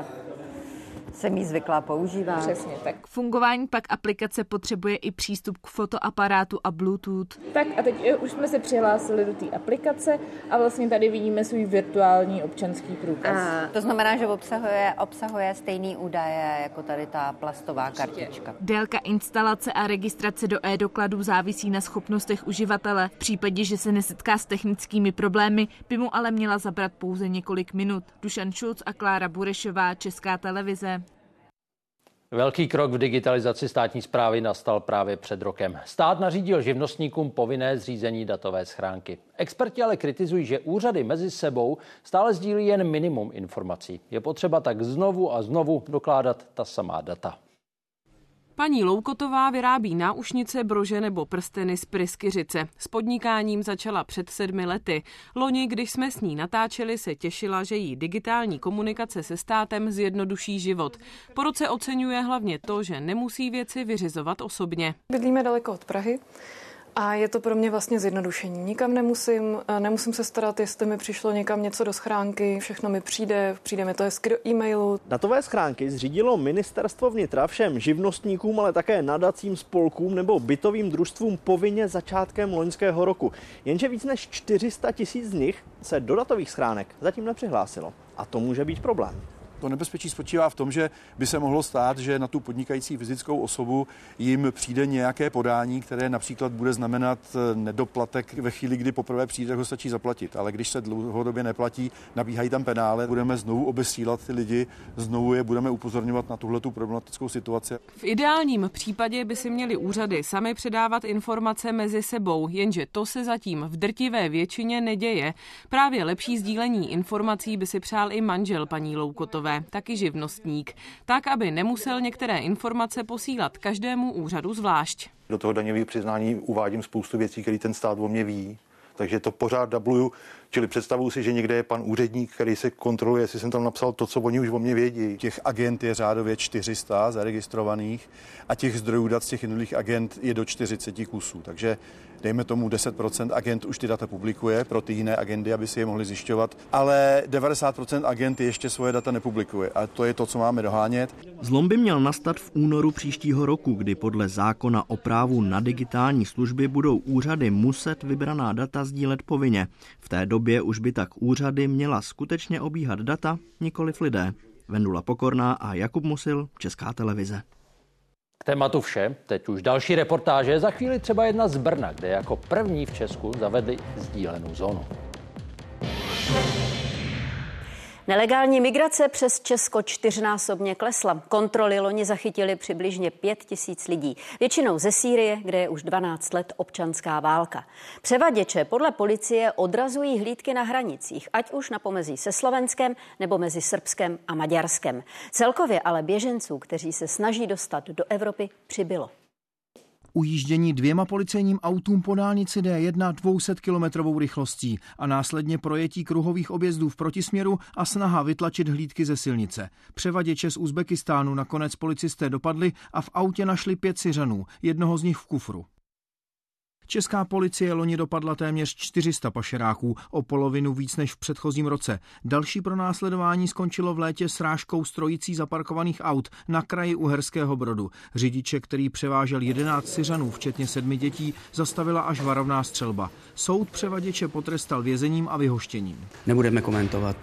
jsem jí zvyklá používat. Přesně tak. K fungování pak aplikace potřebuje i přístup k fotoaparátu a Bluetooth. Tak a teď už jsme se přihlásili do té aplikace a vlastně tady vidíme svůj virtuální občanský průkaz. To znamená, že obsahuje stejný údaje jako tady ta plastová kartička. Délka instalace a registrace do e-dokladů závisí na schopnostech uživatele. V případě, že se nesetká s technickými problémy, by mu ale měla zabrat pouze několik minut. Dušan Šulc a Klára Burešová, Česká televize. Velký krok v digitalizaci státní správy nastal právě před rokem. Stát nařídil živnostníkům povinné zřízení datové schránky. Experti ale kritizují, že úřady mezi sebou stále sdílí jen minimum informací. Je potřeba tak znovu a znovu dokládat ta samá data. Paní Loukotová vyrábí náušnice, brože nebo prsteny z pryskyřice. S podnikáním začala před 7 lety. Loni, když jsme s ní natáčeli, se těšila, že jí digitální komunikace se státem zjednoduší život. Po roce oceňuje hlavně to, že nemusí věci vyřizovat osobně. Bydlíme daleko od Prahy. A je to pro mě vlastně zjednodušení. Nikam nemusím se starat, jestli mi přišlo někam něco do schránky, všechno mi přijde mi to hezky do e-mailu. Datové schránky zřídilo ministerstvo vnitra všem živnostníkům, ale také nadacím, spolkům nebo bytovým družstvům povinně začátkem loňského roku. Jenže víc než 400 000 z nich se do datových schránek zatím nepřihlásilo. A to může být problém. To nebezpečí spočívá v tom, že by se mohlo stát, že na tu podnikající fyzickou osobu jim přijde nějaké podání, které například bude znamenat nedoplatek ve chvíli, kdy poprvé přijde, ho stačí zaplatit. Ale když se dlouhodobě neplatí, nabíhají tam penále, budeme znovu obesílat ty lidi, znovu je budeme upozorňovat na tuhletu problematickou situaci. V ideálním případě by si měly úřady sami předávat informace mezi sebou, jenže to se zatím v drtivé většině neděje. Právě lepší sdílení informací by si přál i manžel paní Loukotové, taky živnostník, tak, aby nemusel některé informace posílat každému úřadu zvlášť. Do toho daňového přiznání uvádím spoustu věcí, které ten stát o mě ví, takže to pořád dubluju, čili představuju si, že někde je pan úředník, který se kontroluje, jestli jsem tam napsal to, co oni už o mě vědí. Těch agent je řádově 400 zaregistrovaných a těch zdrojů dat z těch jednotlivých agent je do 40 kusů, takže dejme tomu 10% agent už ty data publikuje pro ty jiné agendy, aby si je mohli zjišťovat, ale 90% agent ještě svoje data nepublikuje a to je to, co máme dohánět. Zlom by měl nastat v únoru příštího roku, kdy podle zákona o právu na digitální služby budou úřady muset vybraná data sdílet povinně. V té době už by tak úřady měla skutečně obíhat data, nikoliv lidé. Vendula Pokorná a Jakub Musil, Česká televize. K tématu vše, teď už další reportáže, za chvíli třeba jedna z Brna, kde jako první v Česku zavedli sdílenou zónu. Nelegální migrace přes Česko 4násobně klesla. Kontroly loni zachytily přibližně 5 000 lidí. Většinou ze Sýrie, kde je už 12 let občanská válka. Převaděče podle policie odrazují hlídky na hranicích, ať už na pomezí se Slovenskem nebo mezi Srbskem a Maďarskem. Celkově ale běženců, kteří se snaží dostat do Evropy, přibylo. Ujíždění 2 policejním autům po dálnici D1 200-kilometrovou rychlostí a následně projetí kruhových objezdů v protisměru a snaha vytlačit hlídky ze silnice. Převaděče z Uzbekistánu nakonec policisté dopadli a v autě našli 5 Syřanů, jednoho z nich v kufru. Česká policie loni dopadla téměř 400 pašeráků, o polovinu víc než v předchozím roce. Další pronásledování skončilo v létě srážkou s trojicí zaparkovaných aut na kraji Uherského Brodu. Řidiče, který převážel 11 Syřanů, včetně 7 dětí, zastavila až varovná střelba. Soud převaděče potrestal vězením a vyhoštěním. Nebudeme komentovat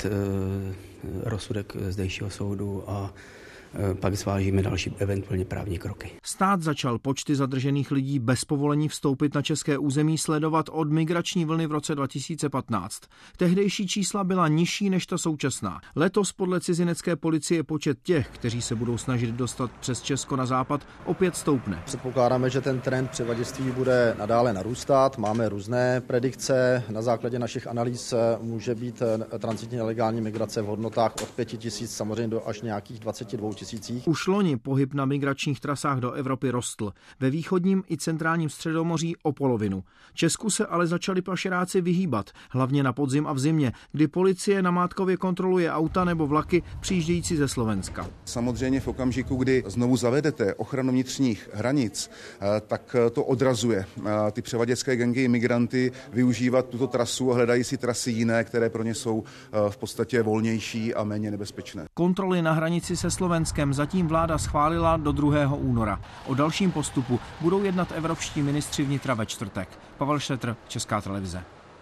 rozsudek zdejšího soudu a pak zvážíme další eventuálně právní kroky. Stát začal počty zadržených lidí bez povolení vstoupit na české území sledovat od migrační vlny v roce 2015. Tehdejší čísla byla nižší než ta současná. Letos podle cizinecké policie počet těch, kteří se budou snažit dostat přes Česko na západ, opět stoupne. Předpokládáme, že ten trend převaděčství bude nadále narůstat. Máme různé predikce. Na základě našich analýz může být tranzitní nelegální migrace v hodnotách od 5 000 samozřejmě do až nějakých 22 000. Už loni pohyb na migračních trasách do Evropy rostl. Ve východním i centrálním Středomoří o polovinu. Česku se ale začali pašeráci vyhýbat, hlavně na podzim a v zimě, kdy policie namátkově kontroluje auta nebo vlaky přijíždějící ze Slovenska. Samozřejmě v okamžiku, kdy znovu zavedete ochranu vnitřních hranic, tak to odrazuje ty převaděčské gangy imigranty využívat tuto trasu a hledají si trasy jiné, které pro ně jsou v podstatě volnější a méně nebezpečné. Kontroly na hranici se Slovenskem zatím vláda schválila do 2. února. O dalším postupu budou jednat evropští ministři vnitra ve čtvrtek. Pavel Šetr, Česká televize.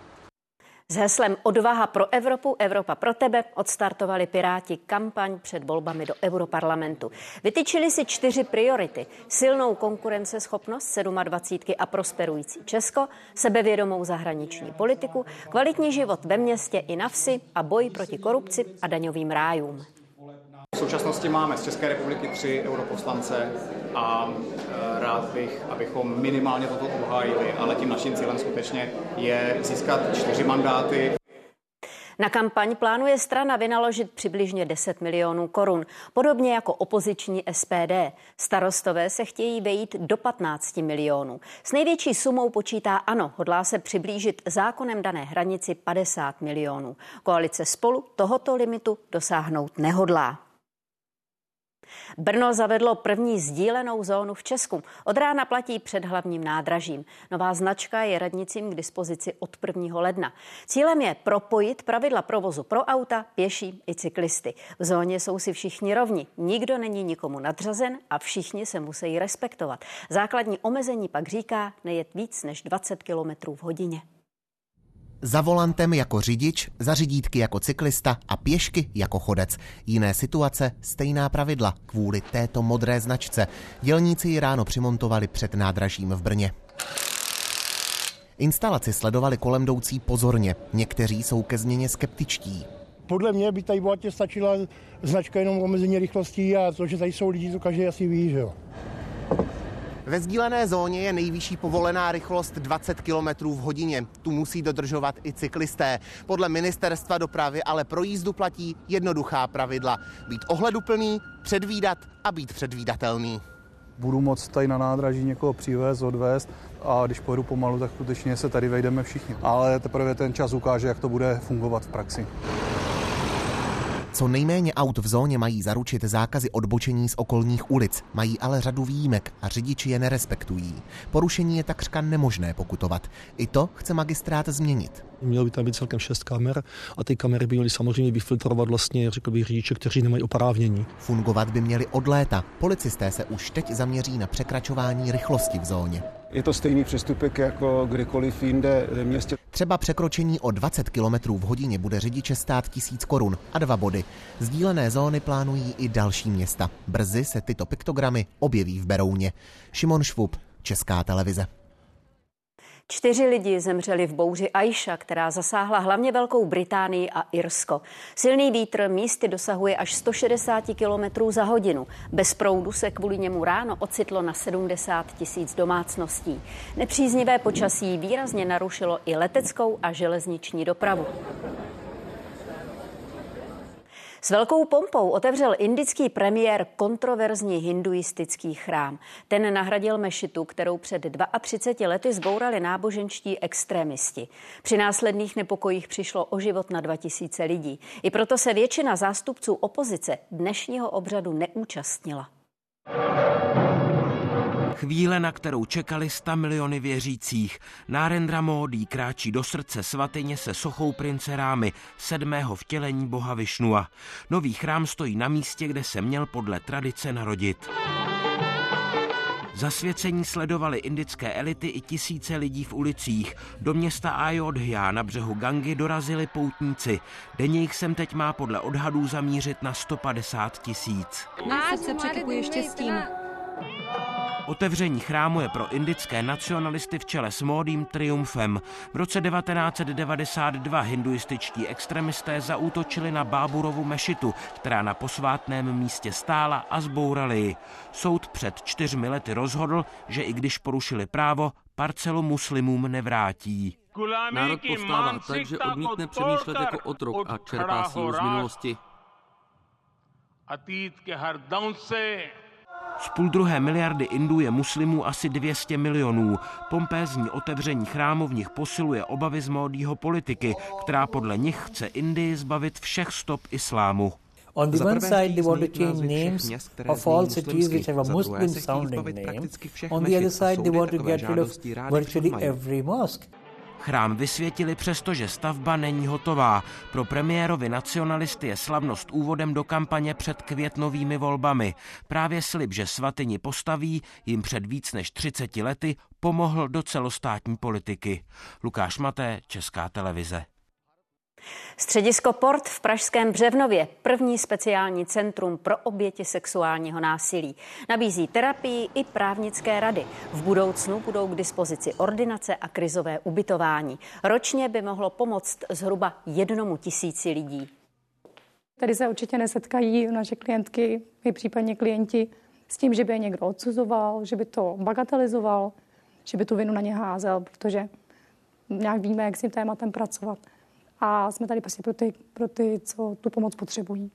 S heslem Odvaha pro Evropu, Evropa pro tebe odstartovali Piráti kampaň před volbami do Europarlamentu. Vytyčili si 4 priority. Silnou konkurenceschopnost 27 a prosperující Česko, sebevědomou zahraniční politiku, kvalitní život ve městě i na vsi a boj proti korupci a daňovým rájům. V současnosti máme z České republiky 3 europoslance a rád bych, abychom minimálně toto obhájili, ale tím naším cílem skutečně je získat 4 mandáty. Na kampaň plánuje strana vynaložit přibližně 10 milionů korun, podobně jako opoziční SPD. Starostové se chtějí vejít do 15 milionů. S největší sumou počítá ANO, hodlá se přiblížit zákonem dané hranici 50 milionů. Koalice Spolu tohoto limitu dosáhnout nehodlá. Brno zavedlo první sdílenou zónu v Česku. Od rána platí před hlavním nádražím. Nová značka je radnicím k dispozici od 1. ledna. Cílem je propojit pravidla provozu pro auta, pěší i cyklisty. V zóně jsou si všichni rovni. Nikdo není nikomu nadřazen a všichni se musí respektovat. Základní omezení pak říká nejet víc než 20 km v hodině. Za volantem jako řidič, za řidítky jako cyklista a pěšky jako chodec. Jiné situace, stejná pravidla kvůli této modré značce. Dělníci ji ráno přimontovali před nádražím v Brně. Instalaci sledovali kolem jdoucí pozorně. Někteří jsou ke změně skeptičtí. Podle mě by tady bohatě stačila značka jenom omezení rychlostí a to, že tady jsou lidi, to každý asi ví, že jo. Ve sdílené zóně je nejvyšší povolená rychlost 20 km v hodině. Tu musí dodržovat i cyklisté. Podle ministerstva dopravy ale pro jízdu platí jednoduchá pravidla. Být ohleduplný, předvídat a být předvídatelný. budu moct tady na nádraží někoho přivést, odvést a když pojedu pomalu, tak skutečně se tady vejdeme všichni. Ale teprve ten čas ukáže, jak to bude fungovat v praxi. Co nejméně aut v zóně mají zaručit zákazy odbočení z okolních ulic, mají ale řadu výjimek a řidiči je nerespektují. Porušení je takřka nemožné pokutovat. I to chce magistrát změnit. Mělo by tam být celkem 6 kamer a ty kamery by měly samozřejmě vyfiltrovat vlastně, řekl bych, řidiče, kteří nemají oprávnění. Fungovat by měly od léta. Policisté se už teď zaměří na překračování rychlosti v zóně. Je to stejný přestupek jako kdekoliv jinde ve městě. Třeba překročení o 20 km v hodině bude řidiče stát 1000 korun a 2 body. Sdílené zóny plánují i další města. Brzy se tyto piktogramy objeví v Berouně. Šimon Švub, Česká televize. 4 lidi zemřeli v bouři Aisha, která zasáhla hlavně Velkou Británii a Irsko. Silný vítr místy dosahuje až 160 km za hodinu. Bez proudu se kvůli němu ráno ocitlo na 70 000 domácností. Nepříznivé počasí výrazně narušilo i leteckou a železniční dopravu. S velkou pompou otevřel indický premiér kontroverzní hinduistický chrám. Ten nahradil mešitu, kterou před 32 lety zbourali náboženští extremisti. Při následných nepokojích přišlo o život na 2000 lidí. I proto se většina zástupců opozice dnešního obřadu neúčastnila. Chvíle, na kterou čekali 100 miliony věřících. Narendra Módí kráčí do srdce svatyně se sochou prince Rámy, 7. vtělení boha Višnua. Nový chrám stojí na místě, kde se měl podle tradice narodit. Zasvěcení sledovali indické elity i tisíce lidí v ulicích. Do města Ayodhya na břehu Gangy dorazili poutníci. Denně jich sem teď má podle odhadů zamířit na 150 000. Srdce překypuje štěstím. Otevření chrámu je pro indické nacionalisty v čele s Módím triumfem. V roce 1992 hinduističtí extremisté zaútočili na Báburovu mešitu, která na posvátném místě stála, a zbourali ji. Soud před 4 lety rozhodl, že i když porušili právo, parcelu muslimům nevrátí. Národ povstává tak, že odmítne přemýšlet jako otrok a čerpá sílu z minulosti. Z 1,5 miliardy Indů je muslimů asi 200 milionů. Pompézní otevření chrámu v nich posiluje obavy z Módího politiky, která podle nich chce Indii zbavit všech stop islámu. On the one side, they want to change names of all cities which have a Muslim sounding name. On the other side, they want to get rid of virtually every mosque. Chrám vysvětili, přestože stavba není hotová. Pro premiérovi nacionalisty je slavnost úvodem do kampaně před květnovými volbami. Právě slib, že svatyni postaví, jim před víc než 30 lety pomohl do celostátní politiky. Lukáš Maté, Česká televize. Středisko Port v pražském Břevnově, první speciální centrum pro oběti sexuálního násilí. Nabízí terapii i právnické rady. V budoucnu budou k dispozici ordinace a krizové ubytování. Ročně by mohlo pomoct zhruba 1 000 lidí. Tady se určitě nesetkají naše klientky i případně klienti s tím, že by je někdo odsuzoval, že by to bagatelizoval, že by tu vinu na ně házel, protože nějak víme, jak s tím tématem pracovat. A jsme tady prostě pro ty, co tu pomoc potřebují.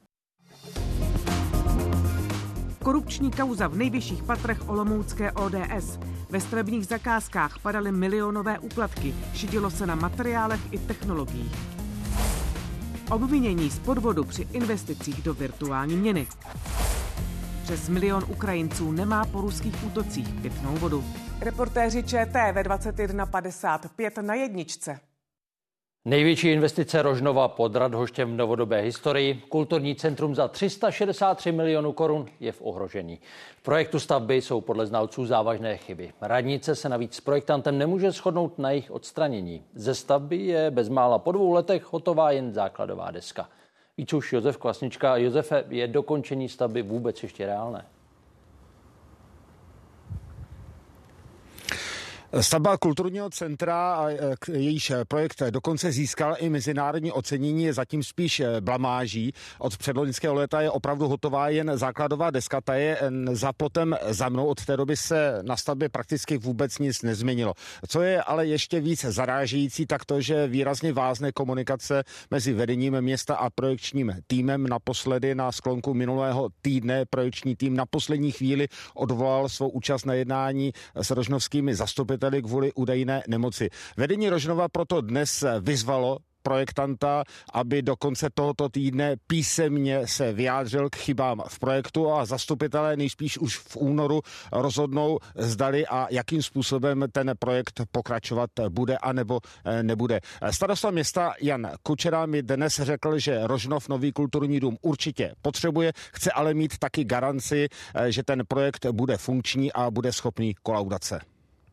Korupční kauza v nejvyšších patrech olomoucké ODS. Ve stavebních zakázkách padaly milionové úplatky, šidilo se na materiálech i technologiích. Obvinění z podvodu při investicích do virtuální měny. Přes 1 milion Ukrajinců nemá po ruských útocích pitnou vodu. Reportéři ČT ve 21:55 na jedničce. Největší investice Rožnova pod Radhoštěm v novodobé historii, kulturní centrum za 363 milionů korun, je v ohrožení. V projektu stavby jsou podle znalců závažné chyby. Radnice se navíc s projektantem nemůže shodnout na jejich odstranění. Ze stavby je bezmála po 2 letech hotová jen základová deska. Víc už Josef Kvasnička. Josefe, je dokončení stavby vůbec ještě reálné? Stavba kulturního centra, jejíž projekt dokonce získal i mezinárodní ocenění, je zatím spíš blamáží. Od předloňského léta je opravdu hotová jen základová deska, ta je za plotem za mnou. Od té doby se na stavbě prakticky vůbec nic nezměnilo. Co je ale ještě víc zarážející, tak to, že výrazně vázne komunikace mezi vedením města a projekčním týmem. Naposledy na sklonku minulého týdne projekční tým na poslední chvíli odvolal svou účast na jednání s rožnovskými zastupiteli kvůli údajné nemoci. Vedení Rožnova proto dnes vyzvalo projektanta, aby do konce tohoto týdne písemně se vyjádřil k chybám v projektu a zastupitelé nejspíš už v únoru rozhodnou, zdali a jakým způsobem ten projekt pokračovat bude a nebo nebude. Starosta města Jan Kučera mi dnes řekl, že Rožnov nový kulturní dům určitě potřebuje, chce ale mít taky garanci, že ten projekt bude funkční a bude schopný kolaudace.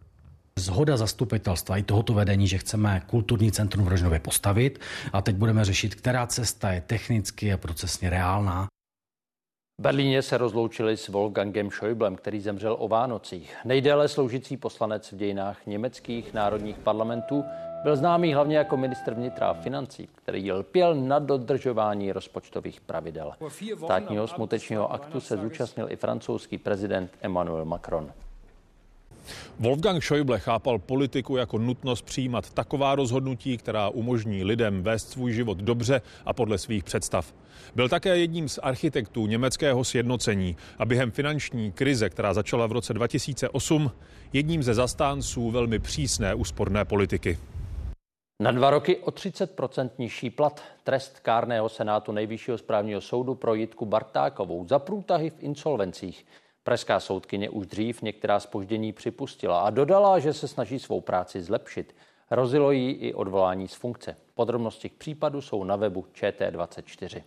Zhoda zastupitelstva i tohoto vedení, že chceme kulturní centrum v Rožnově postavit a teď budeme řešit, která cesta je technicky a procesně reálná. V Berlíně se rozloučili s Wolfgangem Schäublem, který zemřel o Vánocích. Nejdéle sloužící poslanec v dějinách německých národních parlamentů byl známý hlavně jako ministr vnitra a financí, který lpěl na dodržování rozpočtových pravidel. Státního smutečního aktu se zúčastnil i francouzský prezident Emmanuel Macron. Wolfgang Schäuble chápal politiku jako nutnost přijímat taková rozhodnutí, která umožní lidem vést svůj život dobře a podle svých představ. Byl také jedním z architektů německého sjednocení a během finanční krize, která začala v roce 2008, jedním ze zastánců velmi přísné úsporné politiky. Na 2 roky o 30% nižší plat. Trest kárného senátu Nejvyššího správního soudu pro Jitku Bartákovou za průtahy v insolvencích. Pražská soudkyně už dřív některá zpoždění připustila a dodala, že se snaží svou práci zlepšit. Hrozilo jí i odvolání z funkce. Podrobnosti k případu jsou na webu ČT24.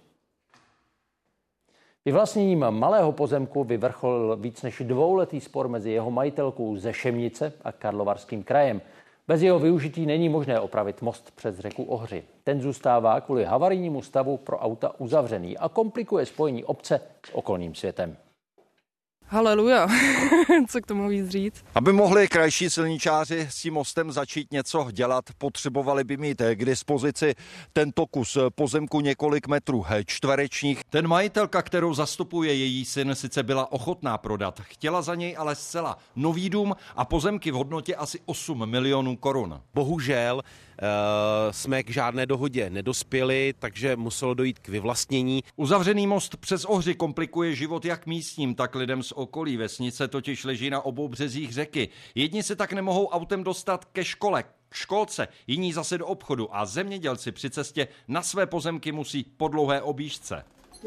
Vyvlastněním malého pozemku vyvrcholil víc než 2letý spor mezi jeho majitelkou ze Šemnice a Karlovarským krajem. Bez jeho využití není možné opravit most přes řeku Ohři. Ten zůstává kvůli havarijnímu stavu pro auta uzavřený a komplikuje spojení obce s okolním světem. Haleluja, co k tomu víc říct? Aby mohli krajší silničáři s tím mostem začít něco dělat, potřebovali by mít k dispozici tento kus pozemku několik metrů čtverečních. Ten majitelka, kterou zastupuje její syn, sice byla ochotná prodat. Chtěla za něj ale zcela nový dům a pozemky v hodnotě asi 8 milionů korun. Bohužel jsme k žádné dohodě nedospěli, takže muselo dojít k vyvlastnění. Uzavřený most přes Ohři komplikuje život jak místním, tak lidem z okolí. Vesnice totiž leží na obou březích řeky. Jedni se tak nemohou autem dostat ke škole, k školce, jiní zase do obchodu a zemědělci při cestě na své pozemky musí po dlouhé objížďce.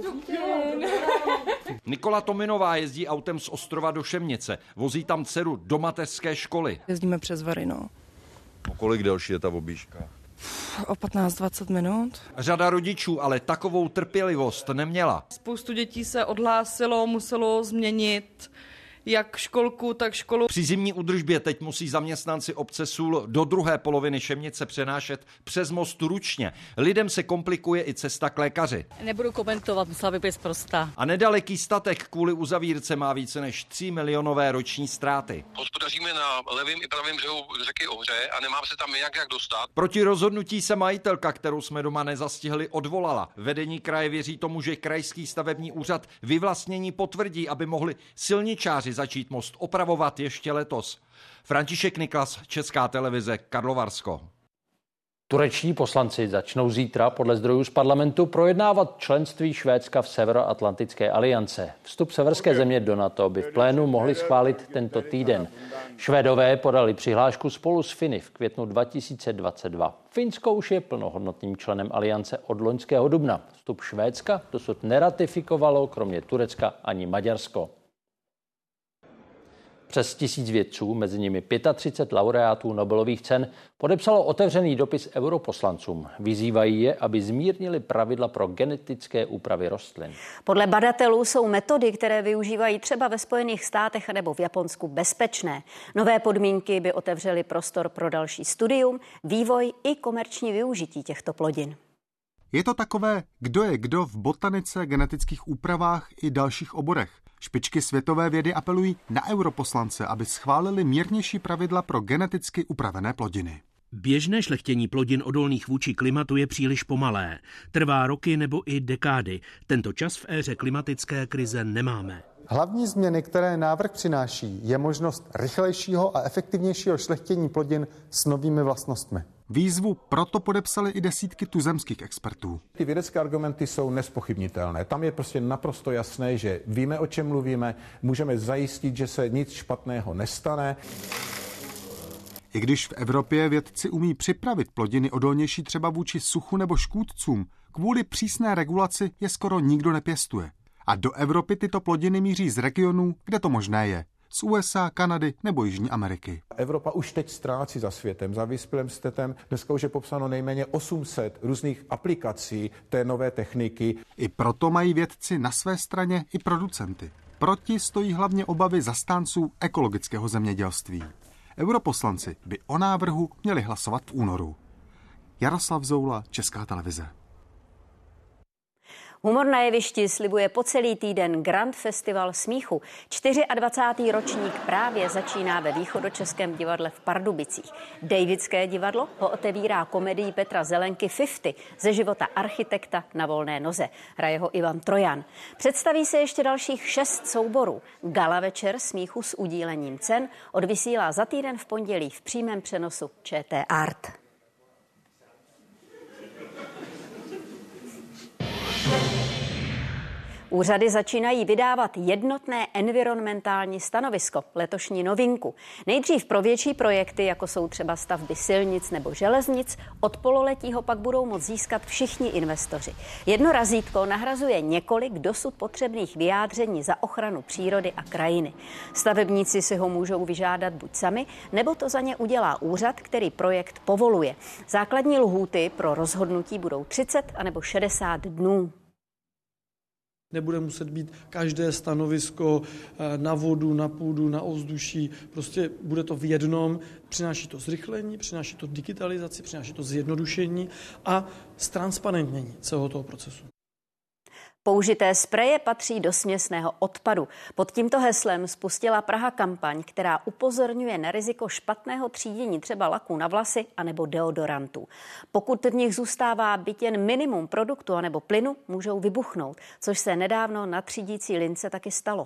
Nikola Tominová jezdí autem z Ostrova do Šemnice. Vozí tam dceru do mateřské školy. Jezdíme přes Vary, no. O kolik delší je ta objížďka? O 15-20 minut. Řada rodičů ale takovou trpělivost neměla. Spoustu dětí se odhlásilo, muselo změnit jak školku, tak školu. Při zimní údržbě teď musí zaměstnanci obce Sůl do druhé poloviny Šemnice přenášet přes most ručně. Lidem se komplikuje i cesta k lékaři. Nebudu komentovat, musela by být sprostá. A nedaleký statek kvůli uzavírce má více než 3 milionové roční ztráty. Hospodaříme na levém i pravém břehu řeky Ohře a nemáme se tam jak dostat. Proti rozhodnutí se majitelka, kterou jsme doma nezastihli, odvolala. Vedení kraje věří tomu, že krajský stavební úřad vyvlastnění potvrdí, aby mohli silničáři začít most opravovat ještě letos. František Niklas, Česká televize, Karlovarsko. Turečtí poslanci začnou zítra podle zdrojů z parlamentu projednávat členství Švédska v Severoatlantické aliance. Vstup severské země do NATO by v plénu mohli schválit tento týden. Švédové podali přihlášku spolu s Finy v květnu 2022. Finsko už je plnohodnotným členem aliance od loňského dubna. Vstup Švédska dosud neratifikovalo kromě Turecka ani Maďarsko. Přes 1000 vědců, mezi nimi 35 laureátů Nobelových cen, podepsalo otevřený dopis europoslancům. Vyzývají je, aby zmírnili pravidla pro genetické úpravy rostlin. Podle badatelů jsou metody, které využívají třeba ve Spojených státech nebo v Japonsku, bezpečné. Nové podmínky by otevřely prostor pro další studium, vývoj i komerční využití těchto plodin. Je to takové, kdo je kdo v botanice, genetických úpravách i dalších oborech. Špičky světové vědy apelují na europoslance, aby schválili mírnější pravidla pro geneticky upravené plodiny. Běžné šlechtění plodin odolných vůči klimatu je příliš pomalé. Trvá roky nebo i dekády. Tento čas v éře klimatické krize nemáme. Hlavní změny, které návrh přináší, je možnost rychlejšího a efektivnějšího šlechtění plodin s novými vlastnostmi. Výzvu proto podepsali i desítky tuzemských expertů. Ty vědecké argumenty jsou nespochybnitelné. Tam je prostě naprosto jasné, že víme, o čem mluvíme, můžeme zajistit, že se nic špatného nestane. I když v Evropě vědci umí připravit plodiny odolnější třeba vůči suchu nebo škůdcům, kvůli přísné regulaci je skoro nikdo nepěstuje. A do Evropy tyto plodiny míří z regionů, kde to možné je. Z USA, Kanady nebo Jižní Ameriky. Evropa už teď ztrácí za světem, za vyspělým světem. Dneska už je popsáno nejméně 800 různých aplikací té nové techniky. I proto mají vědci na své straně i producenty. Proti stojí hlavně obavy zastánců ekologického zemědělství. Europoslanci by o návrhu měli hlasovat v únoru. Jaroslav Zoula, Česká televize. Humor na jevišti slibuje po celý týden Grand Festival smíchu. 24. ročník právě začíná ve Východočeském divadle v Pardubicích. Davidské divadlo ho otevírá komedií Petra Zelenky 50 ze života architekta na volné noze. Hraje ho Ivan Trojan. Představí se ještě dalších 6 souborů. Gala večer smíchu s udílením cen odvysílá za týden v pondělí v přímém přenosu ČT Art. Úřady začínají vydávat jednotné environmentální stanovisko, letošní novinku. Nejdřív pro větší projekty, jako jsou třeba stavby silnic nebo železnic, od pololetí ho pak budou moct získat všichni investoři. Jedno razítko nahrazuje několik dosud potřebných vyjádření za ochranu přírody a krajiny. Stavebníci si ho můžou vyžádat buď sami, nebo to za ně udělá úřad, který projekt povoluje. Základní lhůty pro rozhodnutí budou 30 anebo 60 dnů. Nebude muset být každé stanovisko na vodu, na půdu, na ovzduší. Prostě bude to v jednom. Přináší to zrychlení, přináší to digitalizaci, přináší to zjednodušení a ztransparentnění celého toho procesu. Použité spreje patří do směsného odpadu. Pod tímto heslem spustila Praha kampaň, která upozorňuje na riziko špatného třídění třeba laků na vlasy anebo deodorantů. Pokud v nich zůstává byť jen minimum produktu anebo plynu, můžou vybuchnout, což se nedávno na třídící lince taky stalo.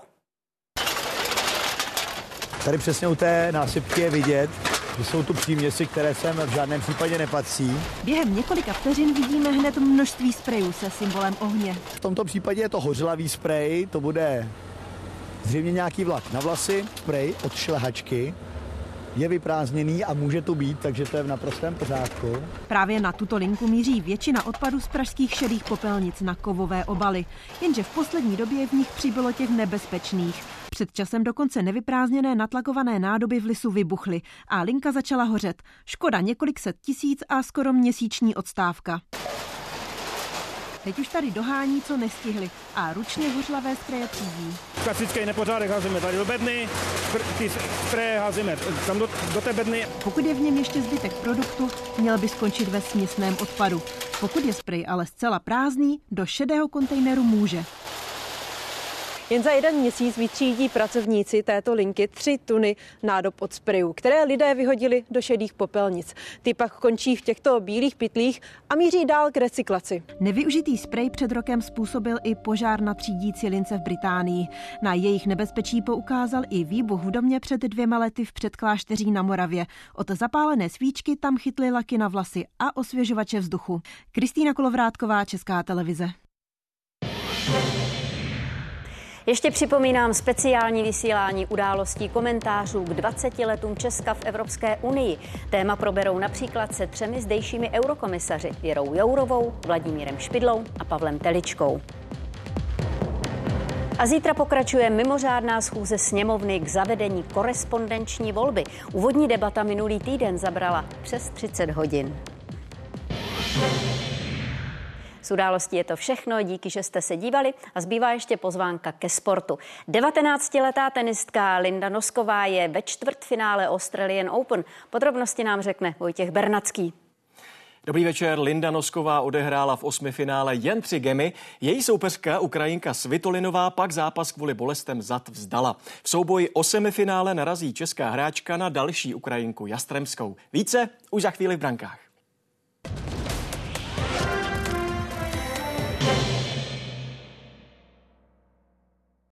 Tady přesně u té násypky je vidět, že jsou tu příměsi, které sem v žádném případě nepatří. Během několika vteřin vidíme hned množství sprejů se symbolem ohně. V tomto případě je to hořlavý sprej, to bude zřejmě nějaký vlak na vlasy, sprej od šlehačky. Je vyprázdněný a může tu být, takže to je v naprostém pořádku. Právě na tuto linku míří většina odpadů z pražských šedých popelnic na kovové obaly. Jenže v poslední době v nich přibylo těch nebezpečných. Před časem dokonce nevyprázdněné natlakované nádoby v lisu vybuchly a linka začala hořet. Škoda několik set tisíc a skoro měsíční odstávka. Teď už tady dohání, co nestihli a ručně hořlavé spreje třídí. Klasický nepořádek házíme tady do bedny, ty spreje házíme tam do té bedny. Pokud je v něm ještě zbytek produktu, měl by skončit ve směsném odpadu. Pokud je sprej ale zcela prázdný, do šedého kontejneru může. Jen za jeden měsíc vytřídí pracovníci této linky 3 tuny nádob od sprejů, které lidé vyhodili do šedých popelnic. Ty pak končí v těchto bílých pytlích a míří dál k recyklaci. Nevyužitý sprej před rokem způsobil i požár na třídící lince v Británii. Na jejich nebezpečí poukázal i výbuch v domě před 2 lety v Předklášteří na Moravě. Od zapálené svíčky tam chytly laky na vlasy a osvěžovače vzduchu. Kristýna Kolovrátková, Česká televize. Ještě připomínám speciální vysílání událostí komentářů k 20 letům Česka v Evropské unii. Téma proberou například se 3 zdejšími eurokomisaři Věrou Jourovou, Vladimírem Špidlou a Pavlem Teličkou. A zítra pokračuje mimořádná schůze sněmovny k zavedení korespondenční volby. Úvodní debata minulý týden zabrala přes 30 hodin. Z událostí je to všechno, díky, že jste se dívali a zbývá ještě pozvánka ke sportu. 19letá tenistka Linda Nosková je ve čtvrtfinále Australian Open. Podrobnosti nám řekne Vojtěch Bernacký. Dobrý večer. Linda Nosková odehrála v 8. finále jen 3 gemy. Její soupeřka, Ukrajinka Svitolinová, pak zápas kvůli bolestem zad vzdala. V souboji o semifinále narazí česká hráčka na další Ukrajinku Jastremskou. Více už za chvíli v brankách.